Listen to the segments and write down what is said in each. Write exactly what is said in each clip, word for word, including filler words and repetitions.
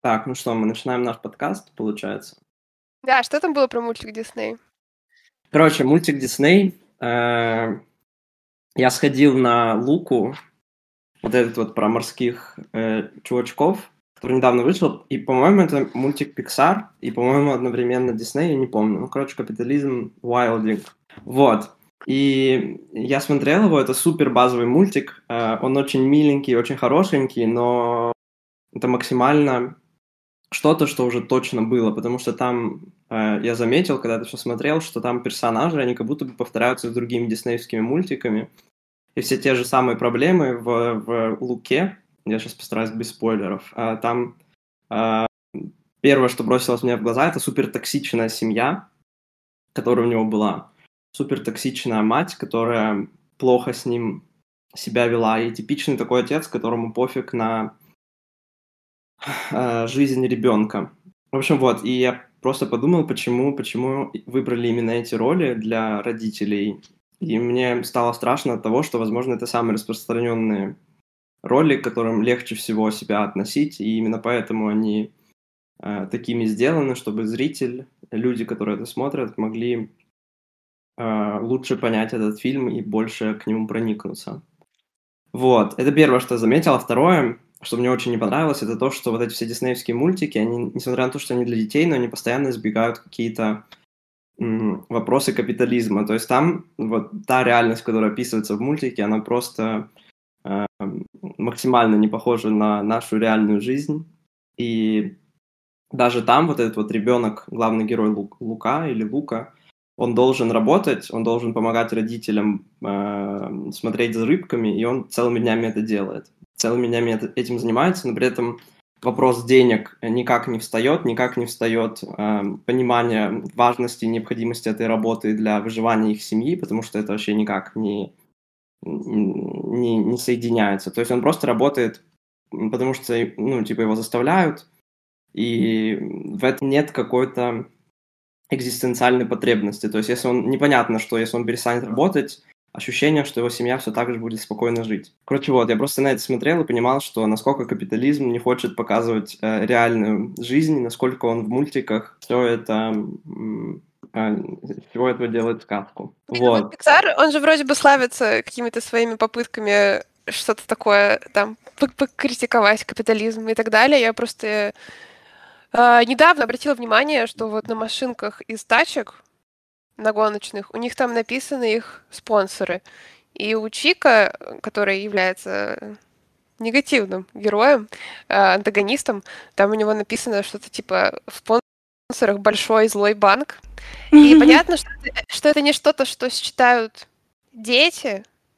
Так, ну что, мы начинаем наш подкаст, получается. Да, что там было про мультик Дисней? Короче, мультик Дисней. э, Я сходил на Луку, вот этот вот про морских э, чувачков, который недавно вышел, и, по-моему, это мультик Pixar, и, по-моему, одновременно Дисней, я не помню. Ну, короче, капитализм, Wilding. Вот. И я смотрел его, это супер базовый мультик, э, он очень миленький, очень хорошенький, но это максимально что-то, что уже точно было, потому что там, э, я заметил, когда это все смотрел, что там персонажи, они как будто бы повторяются с другими диснеевскими мультиками, и все те же самые проблемы в, в Луке, я сейчас постараюсь без спойлеров, а там э, первое, что бросилось мне в глаза, это супертоксичная семья, которая у него была, супертоксичная мать, которая плохо с ним себя вела, и типичный такой отец, которому пофиг на э, жизнь ребенка. В общем, вот, и я просто подумал, почему, почему выбрали именно эти роли для родителей. И мне стало страшно от того, что, возможно, это самые распространенные роли, к которым легче всего себя относить, и именно поэтому они э, такими сделаны, чтобы зритель, люди, которые это смотрят, могли э, лучше понять этот фильм и больше к нему проникнуться. Вот, это первое, что я заметил. А второе, что мне очень не понравилось, это то, что вот эти все диснеевские мультики, они, несмотря на то, что они для детей, но они постоянно избегают какие-то м, вопросы капитализма. То есть там вот та реальность, которая описывается в мультике, она просто э, максимально не похожа на нашу реальную жизнь. И даже там вот этот вот ребенок, главный герой Лу- Лука или Лука, он должен работать, он должен помогать родителям э, смотреть за рыбками, и он целыми днями это делает. Целыми днями это, этим занимается, но при этом вопрос денег никак не встает, никак не встает э, понимание важности и необходимости этой работы для выживания их семьи, потому что это вообще никак не, не, не соединяется. То есть он просто работает, потому что, ну, типа, его заставляют, и в этом нет какой-то экзистенциальной потребности. То есть если он, непонятно, что если он перестанет работать, ощущение, что его семья все так же будет спокойно жить. Короче, вот, я просто на это смотрел и понимал, что насколько капитализм не хочет показывать э, реальную жизнь, насколько он в мультиках все это, м, э, всего этого делает сказку. Не, ну вот Вот. Pixar, он же вроде бы славится какими-то своими попытками что-то такое там пок- покритиковать капитализм и так далее. Я просто э, недавно обратила внимание, что вот на машинках из тачек, на гоночных, у них там написаны их спонсоры. И у Чика, который является негативным героем, э, антагонистом, там у него написано что-то типа в спонсорах большой злой банк. И понятно, что это, что это не что-то, что считают дети,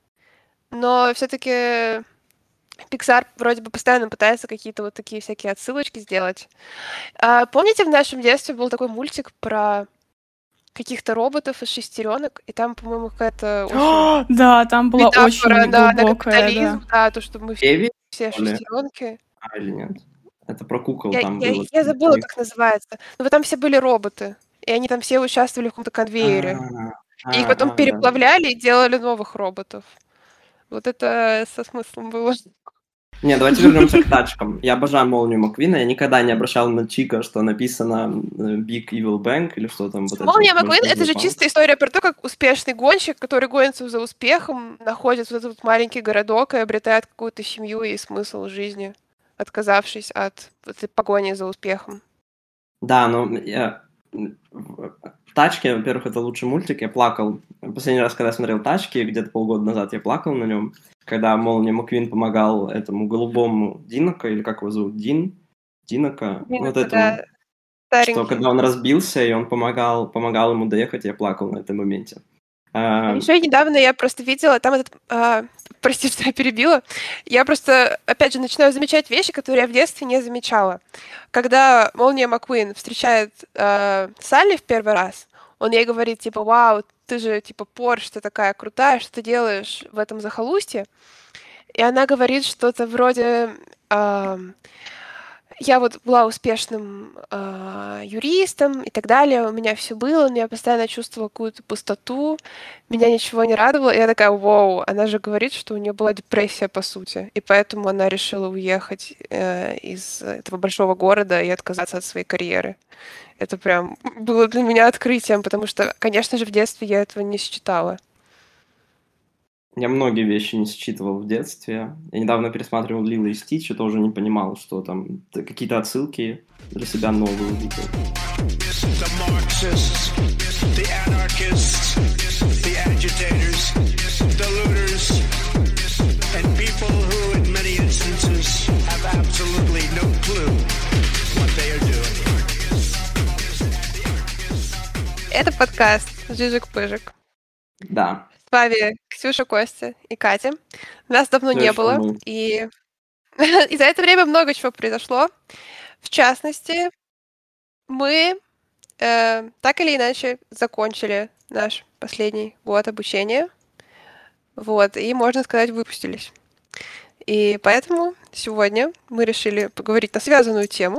но все-таки Pixar вроде бы постоянно пытается какие-то вот такие всякие отсылочки сделать. А, помните, в нашем детстве был такой мультик про каких-то роботов из шестеренок, и там, по-моему, какая-то очень Да, там была метафора очень на, на глубокая, капитализм, да. да, то, что мы Эви, все что ли? шестеренки. А, или нет? Это про кукол Я, там я, было. я забыла, как называется. Но вот там все были роботы, и они там все участвовали в каком-то А, конвейере. И их а, потом а, да. переплавляли и делали новых роботов. Вот это со смыслом было. Не, давайте вернемся к тачкам. Я обожаю Молнию Маквина. Я никогда не обращал на Чика, что написано э, Big Evil Bank или что там вот это Молния вот Маккуин — большой это злой же банк. чистая история про то, как успешный гонщик, который гонится за успехом, находит вот этот вот маленький городок и обретает какую-то семью и смысл жизни, отказавшись от этой погони за успехом. Да, но я... в «Тачки», во-первых, это лучший мультик. Я плакал. Последний раз, когда я смотрел «Тачки», где-то полгода назад, я плакал на нем, когда Молния Маквин помогал этому голубому Динока, или как его зовут, Дин? Динока? Вот Динока, этому. да, Что старенький. когда он разбился, и он помогал, помогал ему доехать, я плакал на этом моменте. А А, еще недавно я просто видела, там этот, а, прости, что я перебила, я просто, опять же, начинаю замечать вещи, которые я в детстве не замечала. Когда Молния Маккуин встречает а, Салли в первый раз, он ей говорит, типа, вау, ты же, типа, Порш, ты такая крутая, что ты делаешь в этом захолустье? И она говорит что-то вроде, а, я вот была успешным э, юристом и так далее, у меня все было, но я постоянно чувствовала какую-то пустоту, меня ничего не радовало, и я такая, вау, она же говорит, что у нее была депрессия, по сути, и поэтому она решила уехать э, из этого большого города и отказаться от своей карьеры. Это прям было для меня открытием, потому что, конечно же, в детстве я этого не считала. Я многие вещи не считывал в детстве. Я недавно пересматривал Лило и Стич и тоже не понимал, что там т- какие-то отсылки для себя новые увидел. The Marxists, the anarchists, the agitators, the looters, and people who, in many instances, have absolutely no clue what they are doing. Это подкаст «Жижик-пыжик». Да. С вами Ксюша, Костя и Катя. Нас давно Всё не еще было, мы. и... и за это время много чего произошло. В частности, мы э, так или иначе закончили наш последний год обучения. Вот, и, можно сказать, выпустились. И поэтому сегодня мы решили поговорить на связанную тему.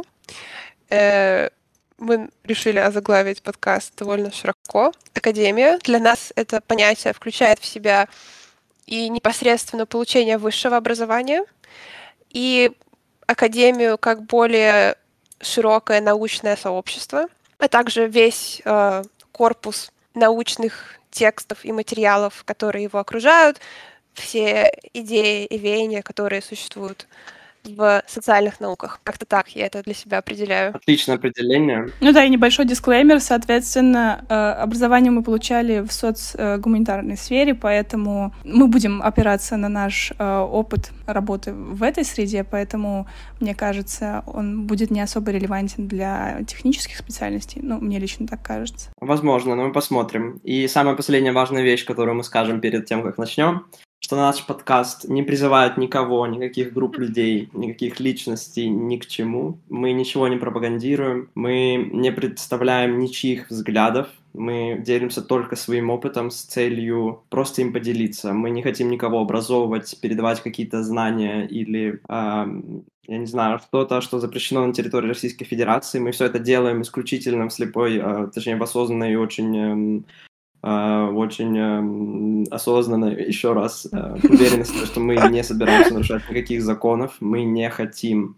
Э, мы решили озаглавить подкаст довольно широко. Академия. Для нас это понятие включает в себя и непосредственно получение высшего образования, и академию как более широкое научное сообщество, а также весь э, корпус научных текстов и материалов, которые его окружают, все идеи и веяния, которые существуют в социальных науках. Как-то так я это для себя определяю. Отличное определение. Ну да, и небольшой дисклеймер. Соответственно, образование мы получали в соцгуманитарной сфере, поэтому мы будем опираться на наш опыт работы в этой среде, поэтому, мне кажется, он будет не особо релевантен для технических специальностей. Ну, мне лично так кажется. Возможно, но мы посмотрим. И самая последняя важная вещь, которую мы скажем перед тем, как начнем, что наш подкаст не призывает никого, никаких групп людей, никаких личностей ни к чему. Мы ничего не пропагандируем, мы не представляем ничьих взглядов, мы делимся только своим опытом с целью просто им поделиться. Мы не хотим никого образовывать, передавать какие-то знания или, э, я не знаю, что-то, что запрещено на территории Российской Федерации. Мы все это делаем исключительно в слепой, э, точнее, в осознанной и очень... Э, Uh, очень uh, осознанно, еще раз, uh, уверенность, что мы не собираемся нарушать никаких законов, мы не хотим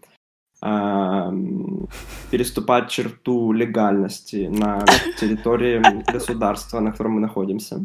uh, переступать черту легальности на территории государства, на котором мы находимся.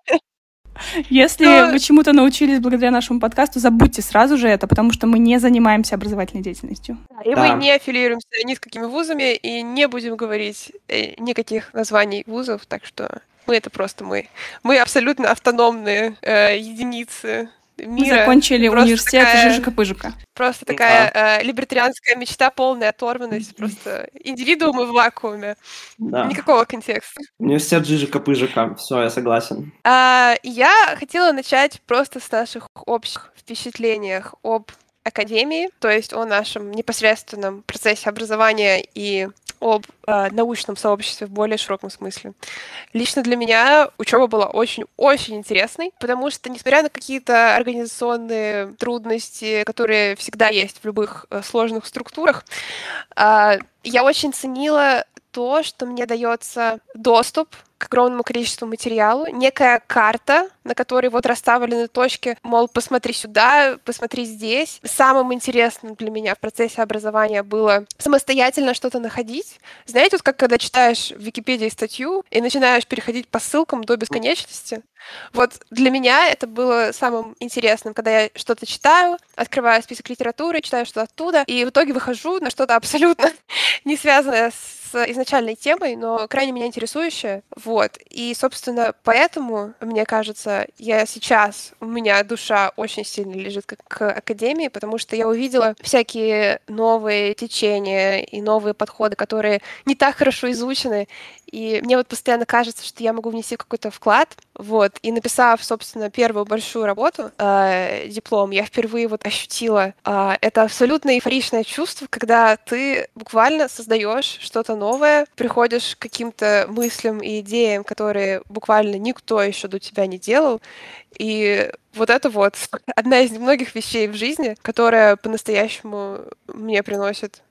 Если Но... вы чему-то научились благодаря нашему подкасту, забудьте сразу же это, потому что мы не занимаемся образовательной деятельностью. И Да. мы не аффилиируемся ни с какими вузами и не будем говорить э, никаких названий вузов, так что мы — это просто мы. Мы абсолютно автономные э, единицы мира. Мы закончили Просто университет такая- Жижика-Пыжика. Просто такая э, либертарианская мечта, полная оторванность, просто индивидуумы в вакууме. Да. Никакого контекста. Университет Жижика-Пыжика. Все, я согласен. А, я хотела начать просто с наших общих впечатлениях об академии, то есть о нашем непосредственном процессе образования и об э, научном сообществе в более широком смысле. Лично для меня учеба была очень-очень интересной, потому что, несмотря на какие-то организационные трудности, которые всегда есть в любых э, сложных структурах, э, я очень ценила то, что мне дается доступ к огромному количеству материалу, некая карта, на которой вот расставлены точки, мол, посмотри сюда, посмотри здесь. Самым интересным для меня в процессе образования было самостоятельно что-то находить. Знаете, вот как когда читаешь в Википедии статью и начинаешь переходить по ссылкам до бесконечности, вот для меня это было самым интересным, когда я что-то читаю, открываю список литературы, читаю что-то оттуда, и в итоге выхожу на что-то абсолютно не связанное с изначальной темой, но крайне меня интересующее. Вот. И, собственно, поэтому, мне кажется, я сейчас, у меня душа очень сильно лежит к, к академии, потому что я увидела всякие новые течения и новые подходы, которые не так хорошо изучены, и мне вот постоянно кажется, что я могу внести какой-то вклад, вот, и написав, собственно, первую большую работу, э, диплом, я впервые вот ощутила э, это абсолютно эйфоричное чувство, когда ты буквально создаешь что-то новое, приходишь к каким-то мыслям и идеям, которые буквально никто еще до тебя не делал, и вот это вот одна из немногих вещей в жизни, которая по-настоящему мне приносит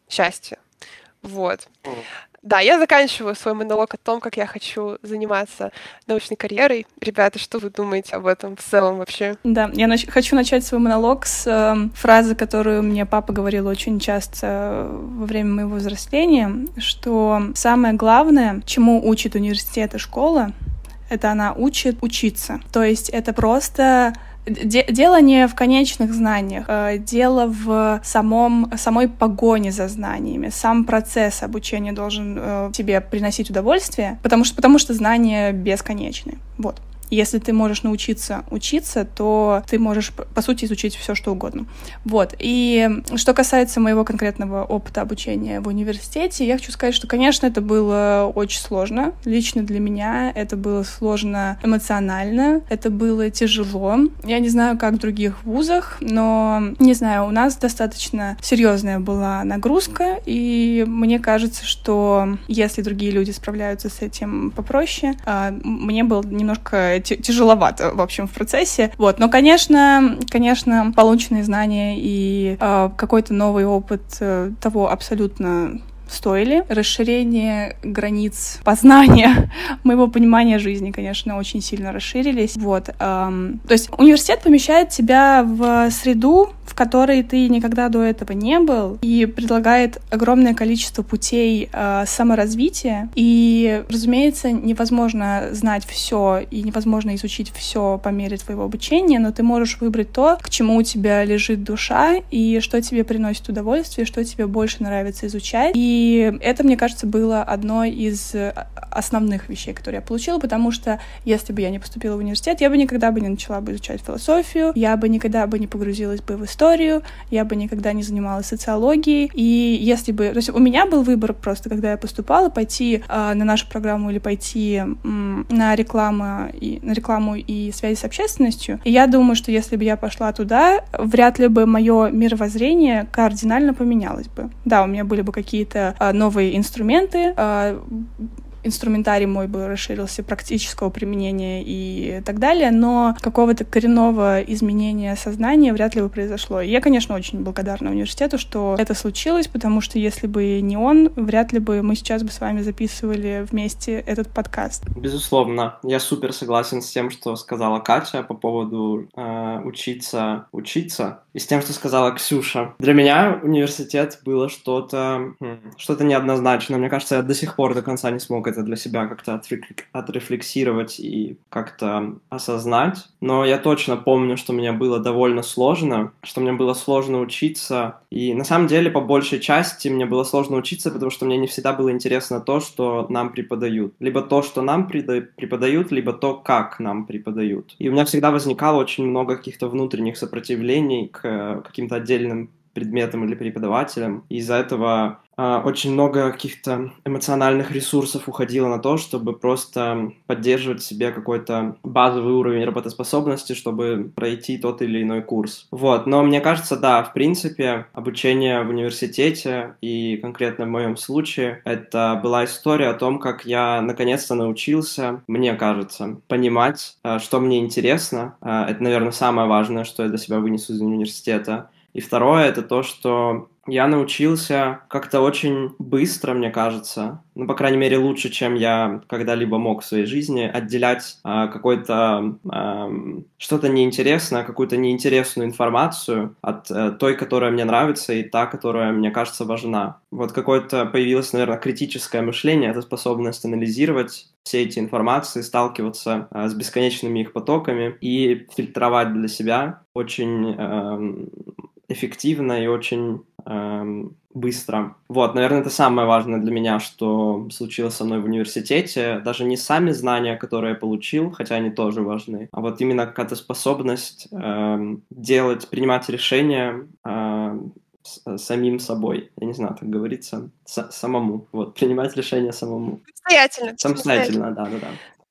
счастье. Вот. Да, я заканчиваю свой монолог о том, как я хочу заниматься научной карьерой. Ребята, что вы думаете об этом в целом вообще? Да, я нач- хочу начать свой монолог с э, фразы, которую мне папа говорил очень часто во время моего взросления, что самое главное, чему учит университет и школа, это она учит учиться. То есть это просто... Дело не в конечных знаниях, дело в самом, самой погоне за знаниями. Сам процесс обучения должен э, тебе приносить удовольствие, потому что, потому что знания бесконечны. Вот. Если ты можешь научиться учиться, то ты можешь, по сути, изучить все, что угодно. Вот. И что касается моего конкретного опыта обучения в университете, я хочу сказать, что, конечно, это было очень сложно. Лично для меня это было сложно эмоционально, это было тяжело. Я не знаю, как в других вузах, но, не знаю, у нас достаточно серьезная была нагрузка, и мне кажется, что если другие люди справляются с этим попроще, мне было немножко тяжеловато, в общем, в процессе. Вот. Но, конечно, конечно, полученные знания и э, какой-то новый опыт э, того абсолютно стоили. Расширение границ познания моего понимания жизни, конечно, очень сильно расширились. Вот. Эм, то есть университет помещает тебя в среду, в которой ты никогда до этого не был, и предлагает огромное количество путей э, саморазвития. И, разумеется, невозможно знать все и невозможно изучить все по мере твоего обучения, но ты можешь выбрать то, к чему у тебя лежит душа, и что тебе приносит удовольствие, что тебе больше нравится изучать. И это, мне кажется, было одной из основных вещей, которые я получила, потому что если бы я не поступила в университет, я бы никогда бы не начала бы изучать философию, я бы никогда бы не погрузилась бы в историю, я бы никогда не занималась социологией. И если бы... То есть у меня был выбор просто, когда я поступала, пойти э, на нашу программу или пойти э, на рекламу и, на рекламу и связи с общественностью. И я думаю, что если бы я пошла туда, вряд ли бы мое мировоззрение кардинально поменялось бы. Да, у меня были бы какие-то э, новые инструменты, э, инструментарий мой бы расширился, практического применения и так далее, но какого-то коренного изменения сознания вряд ли бы произошло. И я, конечно, очень благодарна университету, что это случилось, потому что если бы не он, вряд ли бы мы сейчас бы с вами записывали вместе этот подкаст. Безусловно. Я супер согласен с тем, что сказала Катя по поводу э, учиться, учиться, и с тем, что сказала Ксюша. Для меня университет было что-то, что-то неоднозначное. Мне кажется, я до сих пор до конца не смог это для себя как-то отрефлексировать и как-то осознать. Но я точно помню, что мне было довольно сложно, что мне было сложно учиться. И на самом деле, по большей части, мне было сложно учиться, потому что мне не всегда было интересно то, что нам преподают. Либо то, что нам преподают, либо то, как нам преподают. И у меня всегда возникало очень много каких-то внутренних сопротивлений к каким-то отдельным предметам или преподавателям. И из-за этого э, очень много каких-то эмоциональных ресурсов уходило на то, чтобы просто поддерживать в себе какой-то базовый уровень работоспособности, чтобы пройти тот или иной курс. Вот. Но мне кажется, да, в принципе, обучение в университете, и конкретно в моем случае, это была история о том, как я наконец-то научился, мне кажется, понимать, э, что мне интересно. Э, это, наверное, самое важное, что я для себя вынесу из университета. И второе — это то, что я научился как-то очень быстро, мне кажется, ну, по крайней мере, лучше, чем я когда-либо мог в своей жизни, отделять а, какое-то а, что-то неинтересное, какую-то неинтересную информацию от а, той, которая мне нравится, и та, которая, мне кажется, важна. Вот какое-то появилось, наверное, критическое мышление, это способность анализировать все эти информации, сталкиваться а, с бесконечными их потоками и фильтровать для себя очень а, эффективно и очень эм, быстро. Вот, наверное, это самое важное для меня, что случилось со мной в университете. Даже не сами знания, которые я получил, хотя они тоже важны, а вот именно какая-то способность эм, делать, принимать решения эм, с, самим собой. Я не знаю, так говорится, с, самому. Вот, принимать решения самому. Самостоятельно. Самостоятельно, да-да-да.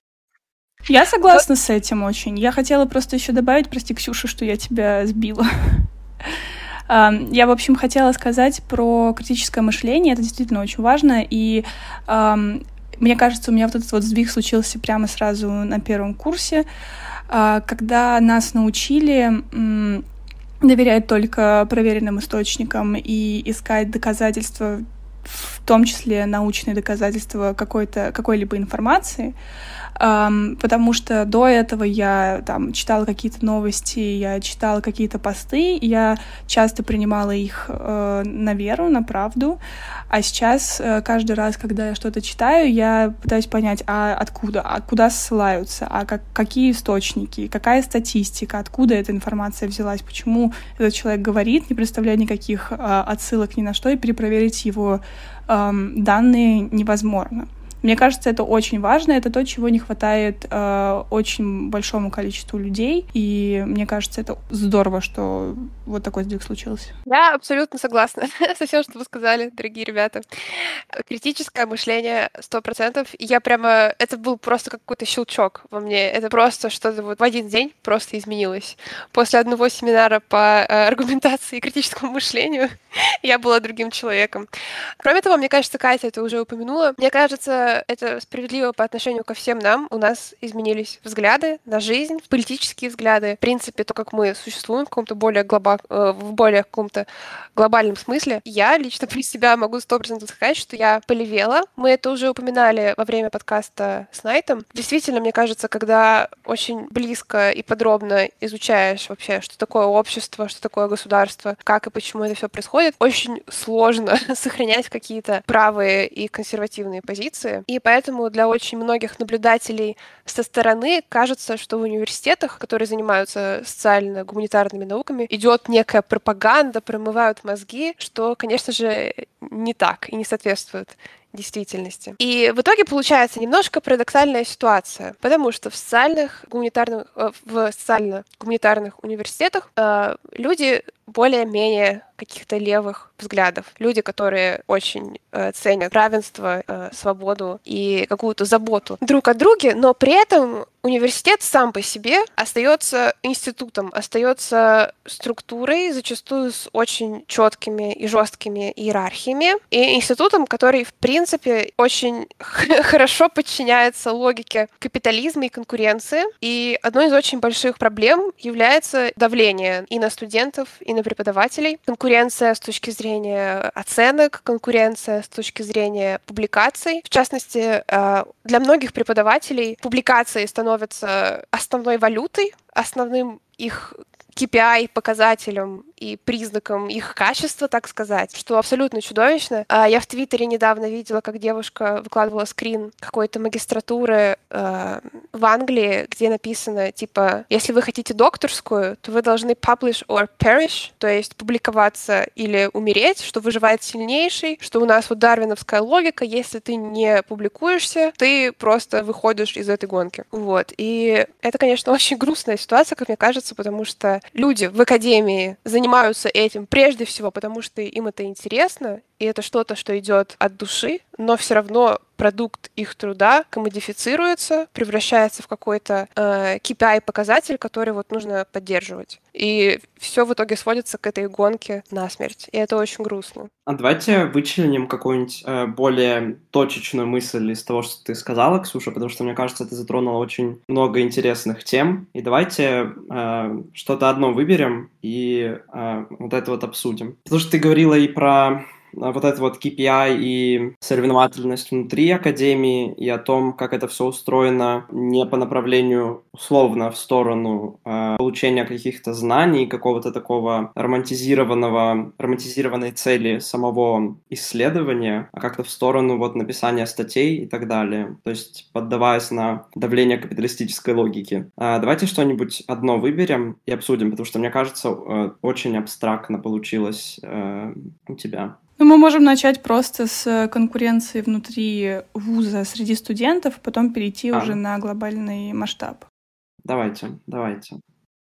Я согласна с этим очень. Я хотела просто еще добавить, прости, Ксюша, что я тебя сбила. Я, в общем, хотела сказать про критическое мышление. Это действительно очень важно. И эм, мне кажется, у меня вот этот вот сдвиг случился прямо сразу на первом курсе, э, когда нас научили... Эм, доверять только проверенным источникам и искать доказательства, в том числе научные доказательства какой-то, какой-либо информации, um, потому что до этого я там читала какие-то новости, я читала какие-то посты, я часто принимала их uh, на веру, на правду, а сейчас uh, каждый раз, когда я что-то читаю, я пытаюсь понять, а откуда, а куда ссылаются, а как, какие источники, какая статистика, откуда эта информация взялась, почему этот человек говорит, не представляя никаких uh, отсылок ни на что, и перепроверить его данные невозможно. Мне кажется, это очень важно, это то, чего не хватает э, очень большому количеству людей, и мне кажется, это здорово, что вот такой сдвиг случился. Я абсолютно согласна со всем, что вы сказали, дорогие ребята. Критическое мышление сто процентов. Я прямо... Это был просто какой-то щелчок во мне. Это просто что-то вот в один день просто изменилось. После одного семинара по э, аргументации и критическому мышлению я была другим человеком. Кроме того, мне кажется, Катя это уже упомянула. Мне кажется, это справедливо по отношению ко всем нам. У нас изменились взгляды на жизнь, политические взгляды. В принципе, то, как мы существуем в каком-то более, глоба... в более каком-то глобальном смысле. Я лично при себя могу сто процентов сказать, что я полевела. Мы это уже упоминали во время подкаста с Найтом. Действительно, мне кажется, когда очень близко и подробно изучаешь вообще, что такое общество, что такое государство, как и почему это все происходит, очень сложно сохранять какие-то правые и консервативные позиции. И поэтому для очень многих наблюдателей со стороны кажется, что в университетах, которые занимаются социально-гуманитарными науками, идет некая пропаганда, промывают мозги, что, конечно же, не так и не соответствует действительности. И в итоге получается немножко парадоксальная ситуация, потому что в социальных гуманитарных, в социально-гуманитарных университетах э, люди более-менее каких-то левых взглядов. Люди, которые очень э, ценят равенство, э, свободу и какую-то заботу друг о друге, но при этом университет сам по себе остается институтом, остается структурой, зачастую с очень четкими и жесткими иерархиями, и институтом, который, в принципе, очень хорошо подчиняется логике капитализма и конкуренции. И одной из очень больших проблем является давление и на студентов, и на преподавателей. Конкуренция с точки зрения оценок, конкуренция с точки зрения публикаций. В частности, для многих преподавателей публикации становятся основной валютой, основным их кей пи ай-показателем и признаком их качества, так сказать, что абсолютно чудовищно. Я в Твиттере недавно видела, как девушка выкладывала скрин какой-то магистратуры э, в Англии, где написано, типа, если вы хотите докторскую, то вы должны publish or perish, то есть публиковаться или умереть, что выживает сильнейший, что у нас вот дарвиновская логика, если ты не публикуешься, ты просто выходишь из этой гонки. Вот. И это, конечно, очень грустная ситуация, как мне кажется, потому что люди в академии занимаются этим прежде всего, потому что им это интересно, и это что-то, что идет от души, но все равно продукт их труда комодифицируется, превращается в какой-то э, кей пи ай-показатель, который вот нужно поддерживать. И все в итоге сводится к этой гонке насмерть. И это очень грустно. А давайте вычленим какую-нибудь э, более точечную мысль из того, что ты сказала, Ксюша, потому что, мне кажется, ты затронула очень много интересных тем. И давайте э, что-то одно выберем и э, вот это вот обсудим. Потому что ты говорила и про вот это вот кей пи ай и соревновательность внутри академии, и о том, как это все устроено не по направлению условно в сторону э, получения каких-то знаний, какого-то такого романтизированного, романтизированной цели самого исследования, а как-то в сторону вот написания статей и так далее. То есть поддаваясь на давление капиталистической логики. Э, давайте что-нибудь одно выберем и обсудим, потому что, мне кажется, э, очень абстрактно получилось э, у тебя. Ну, мы можем начать просто с конкуренции внутри вуза среди студентов, потом перейти а. уже на глобальный масштаб. Давайте, давайте.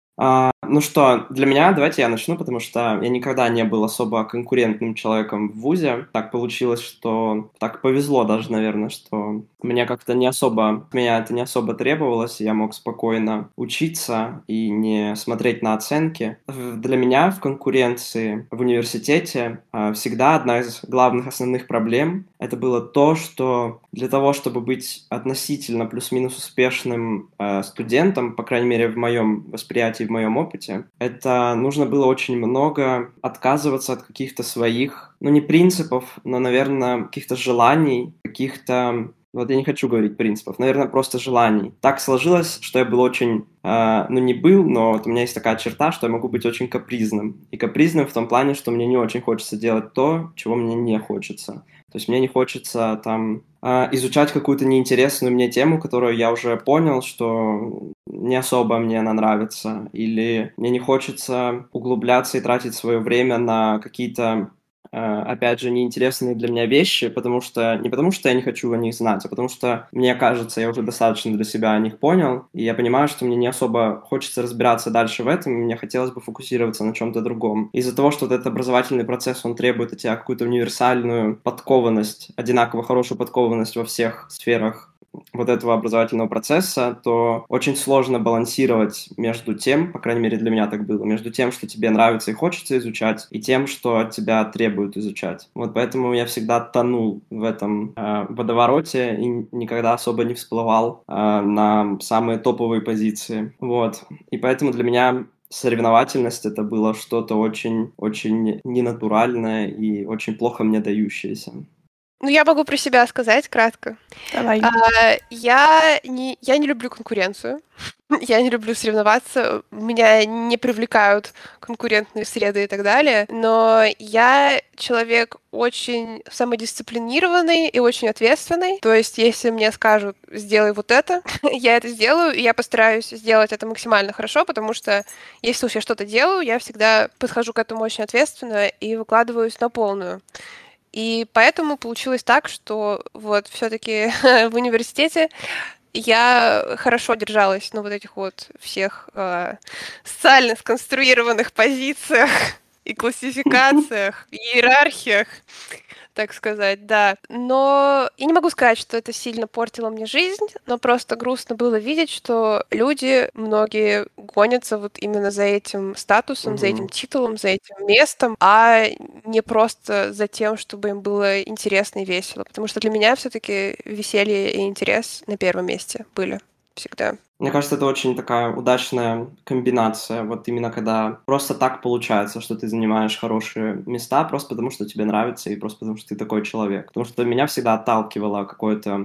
А, ну что, для меня, давайте я начну, потому что я никогда не был особо конкурентным человеком в вузе. Так получилось, что так повезло даже, наверное, что мне как-то не особо, меня это не особо требовалось, я мог спокойно учиться и не смотреть на оценки. Для меня в конкуренции в университете всегда одна из главных основных проблем это было то, что для того, чтобы быть относительно плюс-минус успешным э, студентом, по крайней мере, в моем восприятии, в моем опыте, это нужно было очень много отказываться от каких-то своих, ну, не принципов, но, наверное, каких-то желаний, каких-то... Вот я не хочу говорить принципов, наверное, просто желаний. Так сложилось, что я был очень, э, ну не был, но вот у меня есть такая черта, что я могу быть очень капризным. И капризным в том плане, что мне не очень хочется делать то, чего мне не хочется. То есть мне не хочется там э, изучать какую-то неинтересную мне тему, которую я уже понял, что не особо мне она нравится. Или мне не хочется углубляться и тратить свое время на какие-то опять же, неинтересные для меня вещи, потому что не потому что я не хочу о них знать, а потому что, мне кажется, я уже достаточно для себя о них понял, и я понимаю, что мне не особо хочется разбираться дальше в этом, и мне хотелось бы фокусироваться на чем-то другом. Из-за того, что вот этот образовательный процесс, он требует от тебя какую-то универсальную подкованность, одинаково хорошую подкованность во всех сферах вот этого образовательного процесса, то очень сложно балансировать между тем, по крайней мере для меня так было, между тем, что тебе нравится и хочется изучать, и тем, что от тебя требуют изучать. Вот поэтому я всегда тонул в этом э, водовороте и никогда особо не всплывал э, на самые топовые позиции. Вот. И поэтому для меня соревновательность — это было что-то очень-очень ненатуральное и очень плохо мне дающееся. Ну, я могу про себя сказать кратко. Давай. А, я, не, я не люблю конкуренцию. Я не люблю соревноваться. Меня не привлекают конкурентные среды и так далее. Но я человек очень самодисциплинированный и очень ответственный. То есть, если мне скажут, сделай вот это, я это сделаю, и я постараюсь сделать это максимально хорошо, потому что если уж я что-то делаю, я всегда подхожу к этому очень ответственно и выкладываюсь на полную. И поэтому получилось так, что вот все-таки в университете я хорошо держалась на вот этих вот всех э, социально сконструированных позициях и классификациях, и иерархиях, так сказать, да. Но я не могу сказать, что это сильно портило мне жизнь, но просто грустно было видеть, что люди, многие гонятся вот именно за этим статусом, mm-hmm. за этим титулом, за этим местом, а не просто за тем, чтобы им было интересно и весело. Потому что для меня все-таки веселье и интерес на первом месте были всегда. Мне кажется, это очень такая удачная комбинация, вот именно когда просто так получается, что ты занимаешь хорошие места просто потому, что тебе нравится и просто потому, что ты такой человек. Потому что меня всегда отталкивало какое-то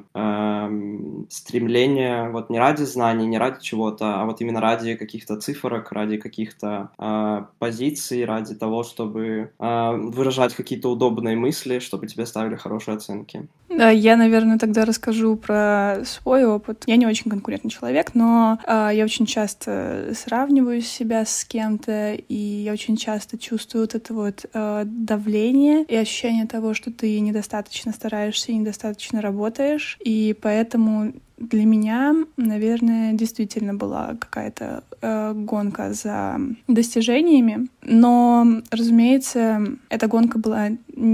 эм, стремление вот не ради знаний, не ради чего-то, а вот именно ради каких-то цифрок, ради каких-то э, позиций, ради того, чтобы э, выражать какие-то удобные мысли, чтобы тебе ставили хорошие оценки. Да, я, наверное, тогда расскажу про свой опыт. Я не очень конкурентный человек, но Но э, я очень часто сравниваю себя с кем-то, и я очень часто чувствую вот это вот э, давление и ощущение того, что ты недостаточно стараешься и недостаточно работаешь. И поэтому для меня, наверное, действительно была какая-то э, гонка за достижениями. Но, разумеется, эта гонка была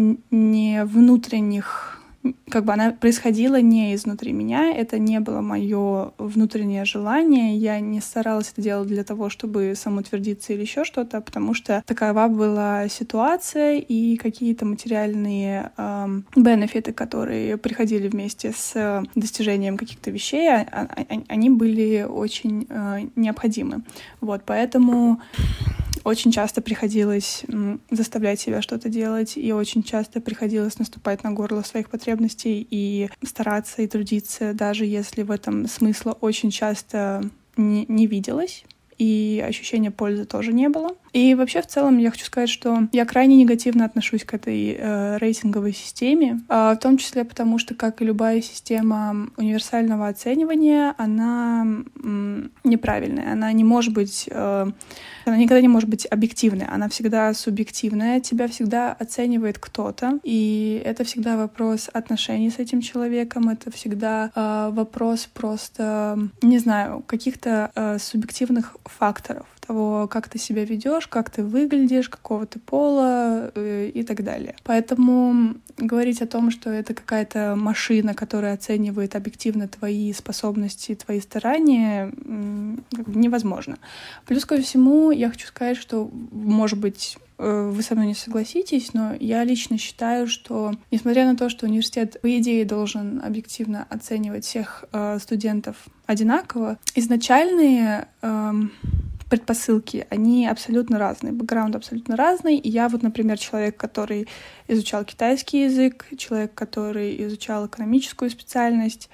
не внутренних... Как бы она происходила не изнутри меня, это не было мое внутреннее желание, я не старалась это делать для того, чтобы самоутвердиться или еще что-то, потому что такова была ситуация, и какие-то материальные э, бенефиты, которые приходили вместе с достижением каких-то вещей, они были очень э, необходимы. Вот, поэтому... Очень часто приходилось заставлять себя что-то делать, и очень часто приходилось наступать на горло своих потребностей и стараться и трудиться, даже если в этом смысла очень часто не, не виделось, и ощущения пользы тоже не было. И вообще, в целом, я хочу сказать, что я крайне негативно отношусь к этой э, рейтинговой системе, э, в том числе потому, что, как и любая система универсального оценивания, она м, неправильная. Она не может быть... Э, она никогда не может быть объективной. Она всегда субъективная. Тебя всегда оценивает кто-то. И это всегда вопрос отношений с этим человеком. Это всегда э, вопрос просто, не знаю, каких-то э, субъективных факторов. того, как ты себя ведешь, как ты выглядишь, какого ты пола э, и так далее. Поэтому говорить о том, что это какая-то машина, которая оценивает объективно твои способности, твои старания, невозможно. Плюс ко всему, я хочу сказать, что, может быть, вы со мной не согласитесь, но я лично считаю, что, несмотря на то, что университет, по идее, должен объективно оценивать всех э, студентов одинаково, изначальные э, предпосылки, они абсолютно разные, бэкграунд абсолютно разный. И я вот, например, человек, который изучал китайский язык, человек, который изучал экономическую специальность,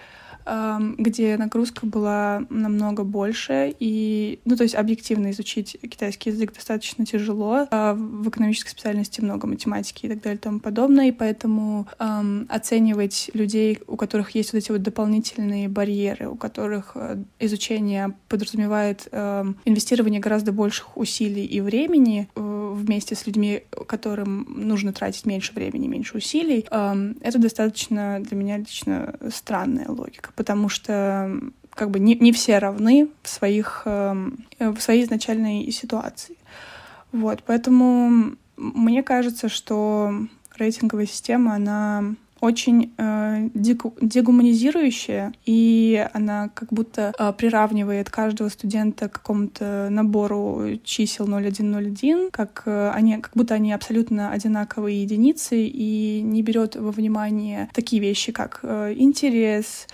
где нагрузка была намного больше, и, ну, то есть объективно изучить китайский язык достаточно тяжело, а в экономической специальности много математики и так далее и тому подобное, и поэтому эм, оценивать людей, у которых есть вот эти вот дополнительные барьеры, у которых изучение подразумевает эм, инвестирование гораздо больших усилий и времени э, вместе с людьми, которым нужно тратить меньше времени, меньше усилий, эм, это достаточно для меня лично странная логика. Потому что как бы не, не все равны в, своих, э, в своей изначальной ситуации. Вот, поэтому мне кажется, что рейтинговая система, она очень э, дегуманизирующая, и она как будто э, приравнивает каждого студента к какому-то набору чисел ноль один ноль один, как, э, они, как будто они абсолютно одинаковые единицы, и не берет во внимание такие вещи, как э, интерес,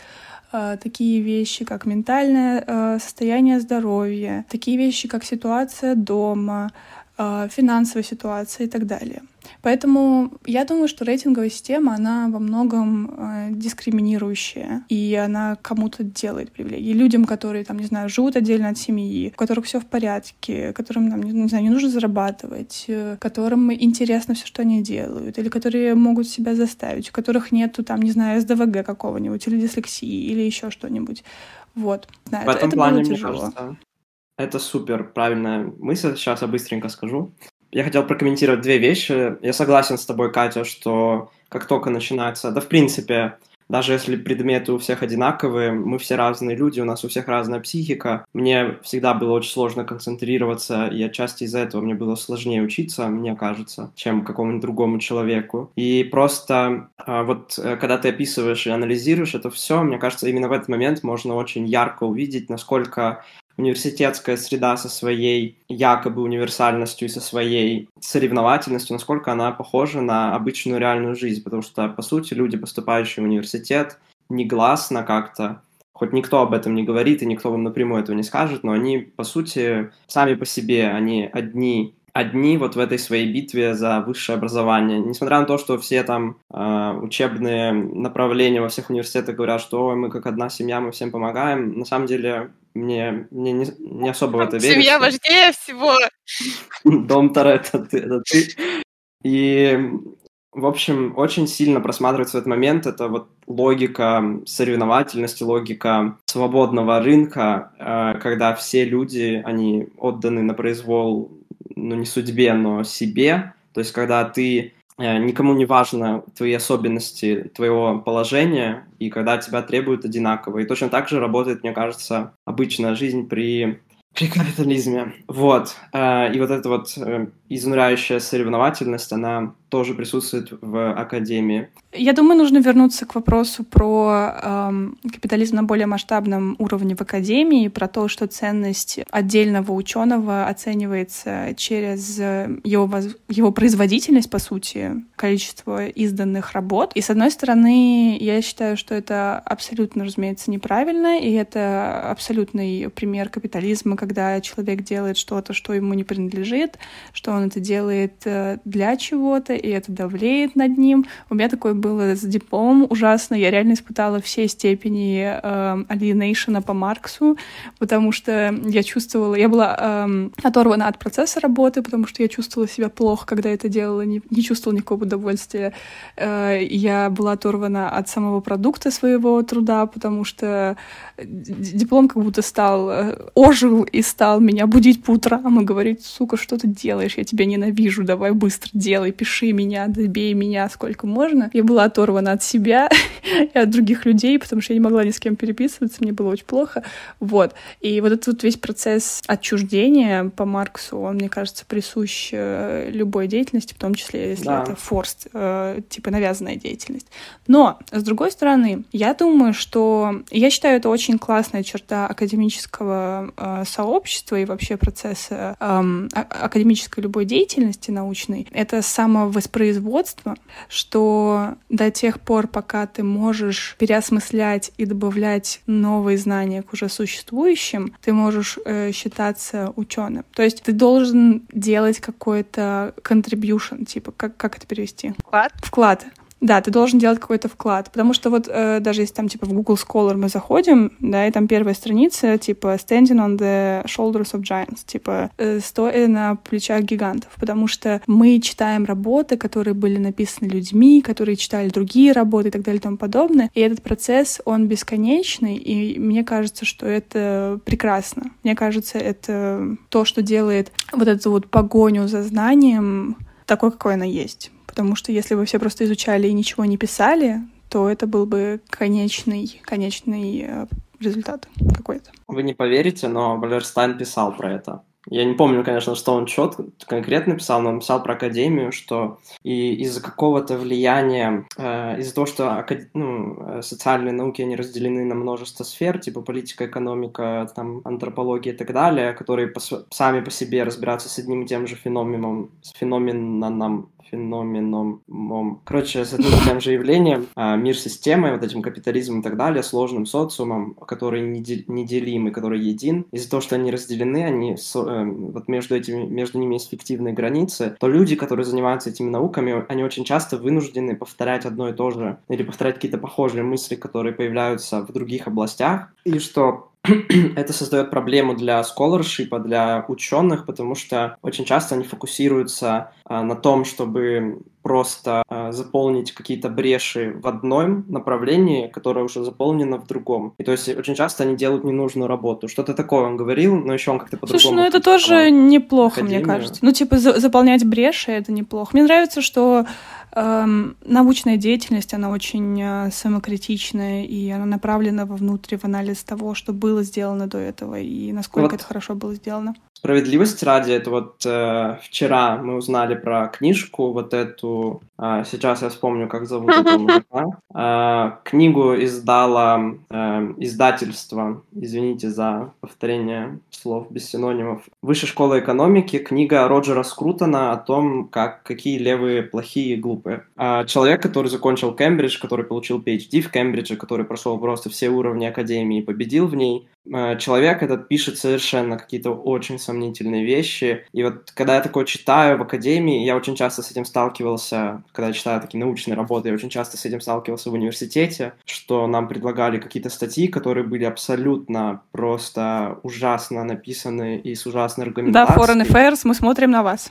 такие вещи, как ментальное состояние здоровья, такие вещи, как ситуация дома, финансовая ситуация и так далее. Поэтому я думаю, что рейтинговая система, она во многом э, дискриминирующая, и она кому-то делает привилегии. Людям, которые, там, не знаю, живут отдельно от семьи, у которых все в порядке, которым, там, не знаю, не нужно зарабатывать, э, которым интересно все, что они делают, или которые могут себя заставить, у которых нету, там, не знаю, эс дэ вэ гэ какого-нибудь, или дислексии, или еще что-нибудь. Вот. Знаю, в этом это плане, было мне тяжело. кажется, это супер правильная мысль. Сейчас я быстренько скажу. Я хотел прокомментировать две вещи. Я согласен с тобой, Катя, что как только начинается... Да, в принципе, даже если предметы у всех одинаковые, мы все разные люди, у нас у всех разная психика. Мне всегда было очень сложно концентрироваться, и отчасти из-за этого мне было сложнее учиться, мне кажется, чем какому-нибудь другому человеку. И просто вот когда ты описываешь и анализируешь это все, мне кажется, именно в этот момент можно очень ярко увидеть, насколько университетская среда со своей якобы универсальностью и со своей соревновательностью, насколько она похожа на обычную реальную жизнь, потому что, по сути, люди, поступающие в университет, негласно как-то, хоть никто об этом не говорит, и никто вам напрямую этого не скажет, но они, по сути, сами по себе, они одни, одни вот в этой своей битве за высшее образование. Несмотря на то, что все там э, учебные направления во всех университетах говорят, что ой, мы как одна семья, мы всем помогаем, на самом деле мне, мне не, не особо в это верится. Семья важнее всего. Дом Торетто, это ты. И, в общем, очень сильно просматривается в этот момент это вот логика соревновательности, логика свободного рынка, э, когда все люди, они отданы на произвол, ну, не судьбе, но себе. То есть, когда ты никому не важно твои особенности твоего положения, и когда тебя требуют одинаково. И точно так же работает, мне кажется, обычная жизнь при, при капитализме. Вот. И вот эта вот изнуряющая соревновательность, она тоже присутствует в академии. Я думаю, нужно вернуться к вопросу про эм, капитализм на более масштабном уровне в академии, про то, что ценность отдельного ученого оценивается через его, воз... его производительность, по сути, количество изданных работ. И, с одной стороны, я считаю, что это абсолютно, разумеется, неправильно, и это абсолютный пример капитализма, когда человек делает что-то, что ему не принадлежит, что он это делает для чего-то, и это давлеет над ним. У меня такое было с дипломом ужасно. Я реально испытала все степени э, alienation по Марксу, потому что я чувствовала... Я была э, оторвана от процесса работы, потому что я чувствовала себя плохо, когда это делала, не, не чувствовала никакого удовольствия. Э, я была оторвана от самого продукта своего труда, потому что диплом как будто стал... Э, ожил и стал меня будить по утрам и говорить: сука, что ты делаешь? Я тебя ненавижу, давай быстро делай, пиши души меня, добей меня сколько можно. Я была оторвана от себя и от других людей, потому что я не могла ни с кем переписываться, мне было очень плохо. Вот. И вот этот вот весь процесс отчуждения по Марксу, он, мне кажется, присущ любой деятельности, в том числе, если да. это форс, э, типа навязанная деятельность. Но, с другой стороны, я думаю, что... Я считаю, это очень классная черта академического э, сообщества и вообще процесса э, академической любой деятельности научной. Это самовоспроизводство, что до тех пор, пока ты можешь переосмыслять и добавлять новые знания к уже существующим, ты можешь э, считаться ученым. То есть ты должен делать какой-то contribution, типа, как, как это перевести? Вклад? Вклад. Да, ты должен делать какой-то вклад, потому что вот э, даже если там типа в Google Scholar мы заходим, да, и там первая страница типа standing on the shoulders of giants, типа э, стоя на плечах гигантов, потому что мы читаем работы, которые были написаны людьми, которые читали другие работы и так далее и тому подобное, и этот процесс, он бесконечный, и мне кажется, что это прекрасно. Мне кажется, это то, что делает вот эту вот погоню за знанием такой, какой она есть. Потому что если бы все просто изучали и ничего не писали, то это был бы конечный, конечный результат какой-то. Вы не поверите, но Валерстайн писал про это. Я не помню, конечно, что он четко, конкретно писал, но он писал про академию, что и из-за какого-то влияния, э, из-за того, что акад... ну, социальные науки, они разделены на множество сфер, типа политика, экономика, там, антропология и так далее, которые по, сами по себе разбираются с одним и тем же феноменом, с феноменом, феноменом, короче, с одним и тем же явлением, э, мир-системой, вот этим капитализмом и так далее, сложным социумом, который неделим и который един. Из-за того, что они разделены, они вот между этими, между ними есть фиктивные границы, то люди, которые занимаются этими науками, они очень часто вынуждены повторять одно и то же, или повторять какие-то похожие мысли, которые появляются в других областях, и что это создает проблему для сколоршипа, для ученых, потому что очень часто они фокусируются а, на том, чтобы просто а, заполнить какие-то бреши в одном направлении, которое уже заполнено в другом. И то есть очень часто они делают ненужную работу. Что-то такое он говорил, но еще он как-то по-другому... Слушай, ну это тоже неплохо, академию. Мне кажется. Ну типа за- заполнять бреши — это неплохо. Мне нравится, что эм, научная деятельность, она очень э, самокритичная, и она направлена вовнутрь в анализ того, что было сделано до этого, и насколько вот это хорошо было сделано. Справедливости ради, это вот э, вчера мы узнали про книжку, вот эту, э, сейчас я вспомню, как зовут этого мужика. Э, книгу издало э, издательство, извините за повторение слов без синонимов, Высшая школа экономики, книга Роджера Скрутона о том, как, какие левые плохие и глупые. Э, человек, который закончил Кембридж, который получил пи эйч ди в Кембридже, который прошел просто все уровни академии и победил в ней, э, человек этот пишет совершенно какие-то очень сомнительные вещи. И вот когда я такое читаю в академии, я очень часто с этим сталкивался, когда я читаю такие научные работы, я очень часто с этим сталкивался в университете, что нам предлагали какие-то статьи, которые были абсолютно просто ужасно написаны и с ужасной аргументацией. Да, Foreign Affairs, мы смотрим на вас.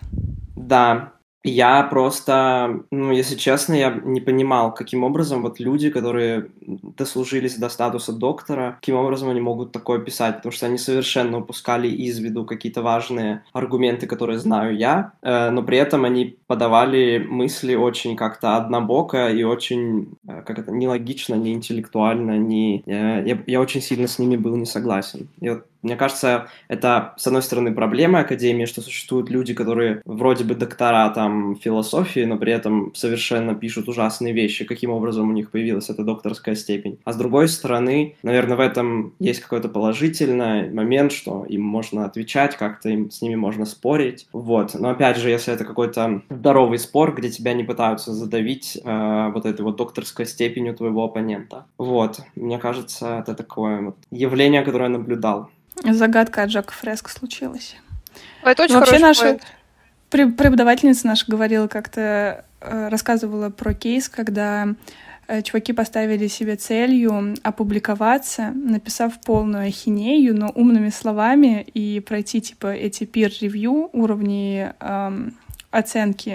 Да. Я просто, ну, если честно, я не понимал, каким образом вот люди, которые дослужились до статуса доктора, каким образом они могут такое писать, потому что они совершенно упускали из виду какие-то важные аргументы, которые знаю я, э, но при этом они подавали мысли очень как-то однобоко и очень, э, как это, нелогично, не интеллектуально, не... Э, я, я очень сильно с ними был не согласен. И вот мне кажется, это, с одной стороны, проблема академии, что существуют люди, которые вроде бы доктора там философии, но при этом совершенно пишут ужасные вещи, каким образом у них появилась эта докторская степень. А с другой стороны, наверное, в этом есть какой-то положительный момент, что им можно отвечать, как-то им, с ними можно спорить. Вот. Но опять же, если это какой-то здоровый спор, где тебя не пытаются задавить э, вот этой вот докторской степенью твоего оппонента. Вот. Мне кажется, это такое вот явление, которое я наблюдал. Загадка от Жака Фреско случилась. Это очень Вообще хороший наша поинт. Преподавательница наша говорила как-то, э, рассказывала про кейс, когда э, чуваки поставили себе целью опубликоваться, написав полную ахинею, но умными словами, и пройти типа эти peer-review, уровни э, оценки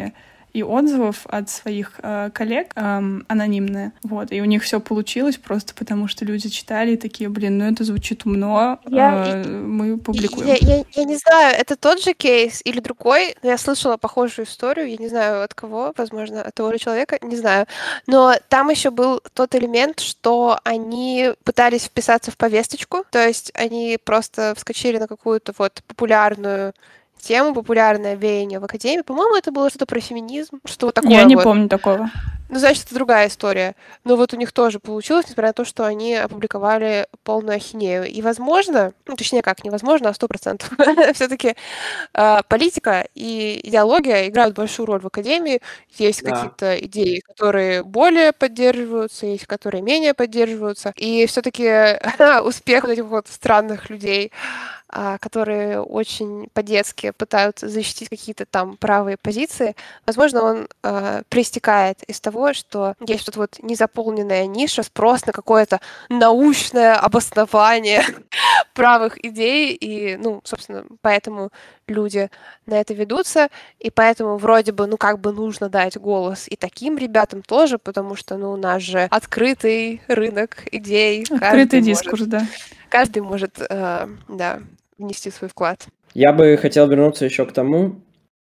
и отзывов от своих э, коллег э, анонимные. Вот. И у них все получилось просто потому, что люди читали и такие, блин, ну это звучит умно, Я, э, мы публикуем. я, я, я не знаю, это тот же кейс или другой, но я слышала похожую историю, я не знаю от кого, возможно, от того же человека, не знаю. Но там еще был тот элемент, что они пытались вписаться в повесточку, то есть они просто вскочили на какую-то вот популярную тему, популярное веяние в академии. По-моему, это было что-то про феминизм, что вот такое Я не вот. помню такого. Ну, значит, это другая история. Но вот у них тоже получилось, несмотря на то, что они опубликовали полную ахинею. И, возможно, ну, точнее как, невозможно, а сто процентов, все-таки э, политика и идеология играют большую роль в академии. Есть Да. какие-то идеи, которые более поддерживаются, есть, которые менее поддерживаются. И все-таки успех вот этих вот странных людей, а, которые очень по-детски пытаются защитить какие-то там правые позиции, возможно, он э, проистекает из того, что есть вот вот незаполненная ниша, спрос на какое-то научное обоснование правых идей, и, ну, собственно, поэтому люди на это ведутся, и поэтому вроде бы, ну, как бы нужно дать голос и таким ребятам тоже, потому что, ну, у нас же открытый рынок идей. Открытый дискурс, может, да. Каждый может, э, да, внести свой вклад. Я бы хотел вернуться еще к тому,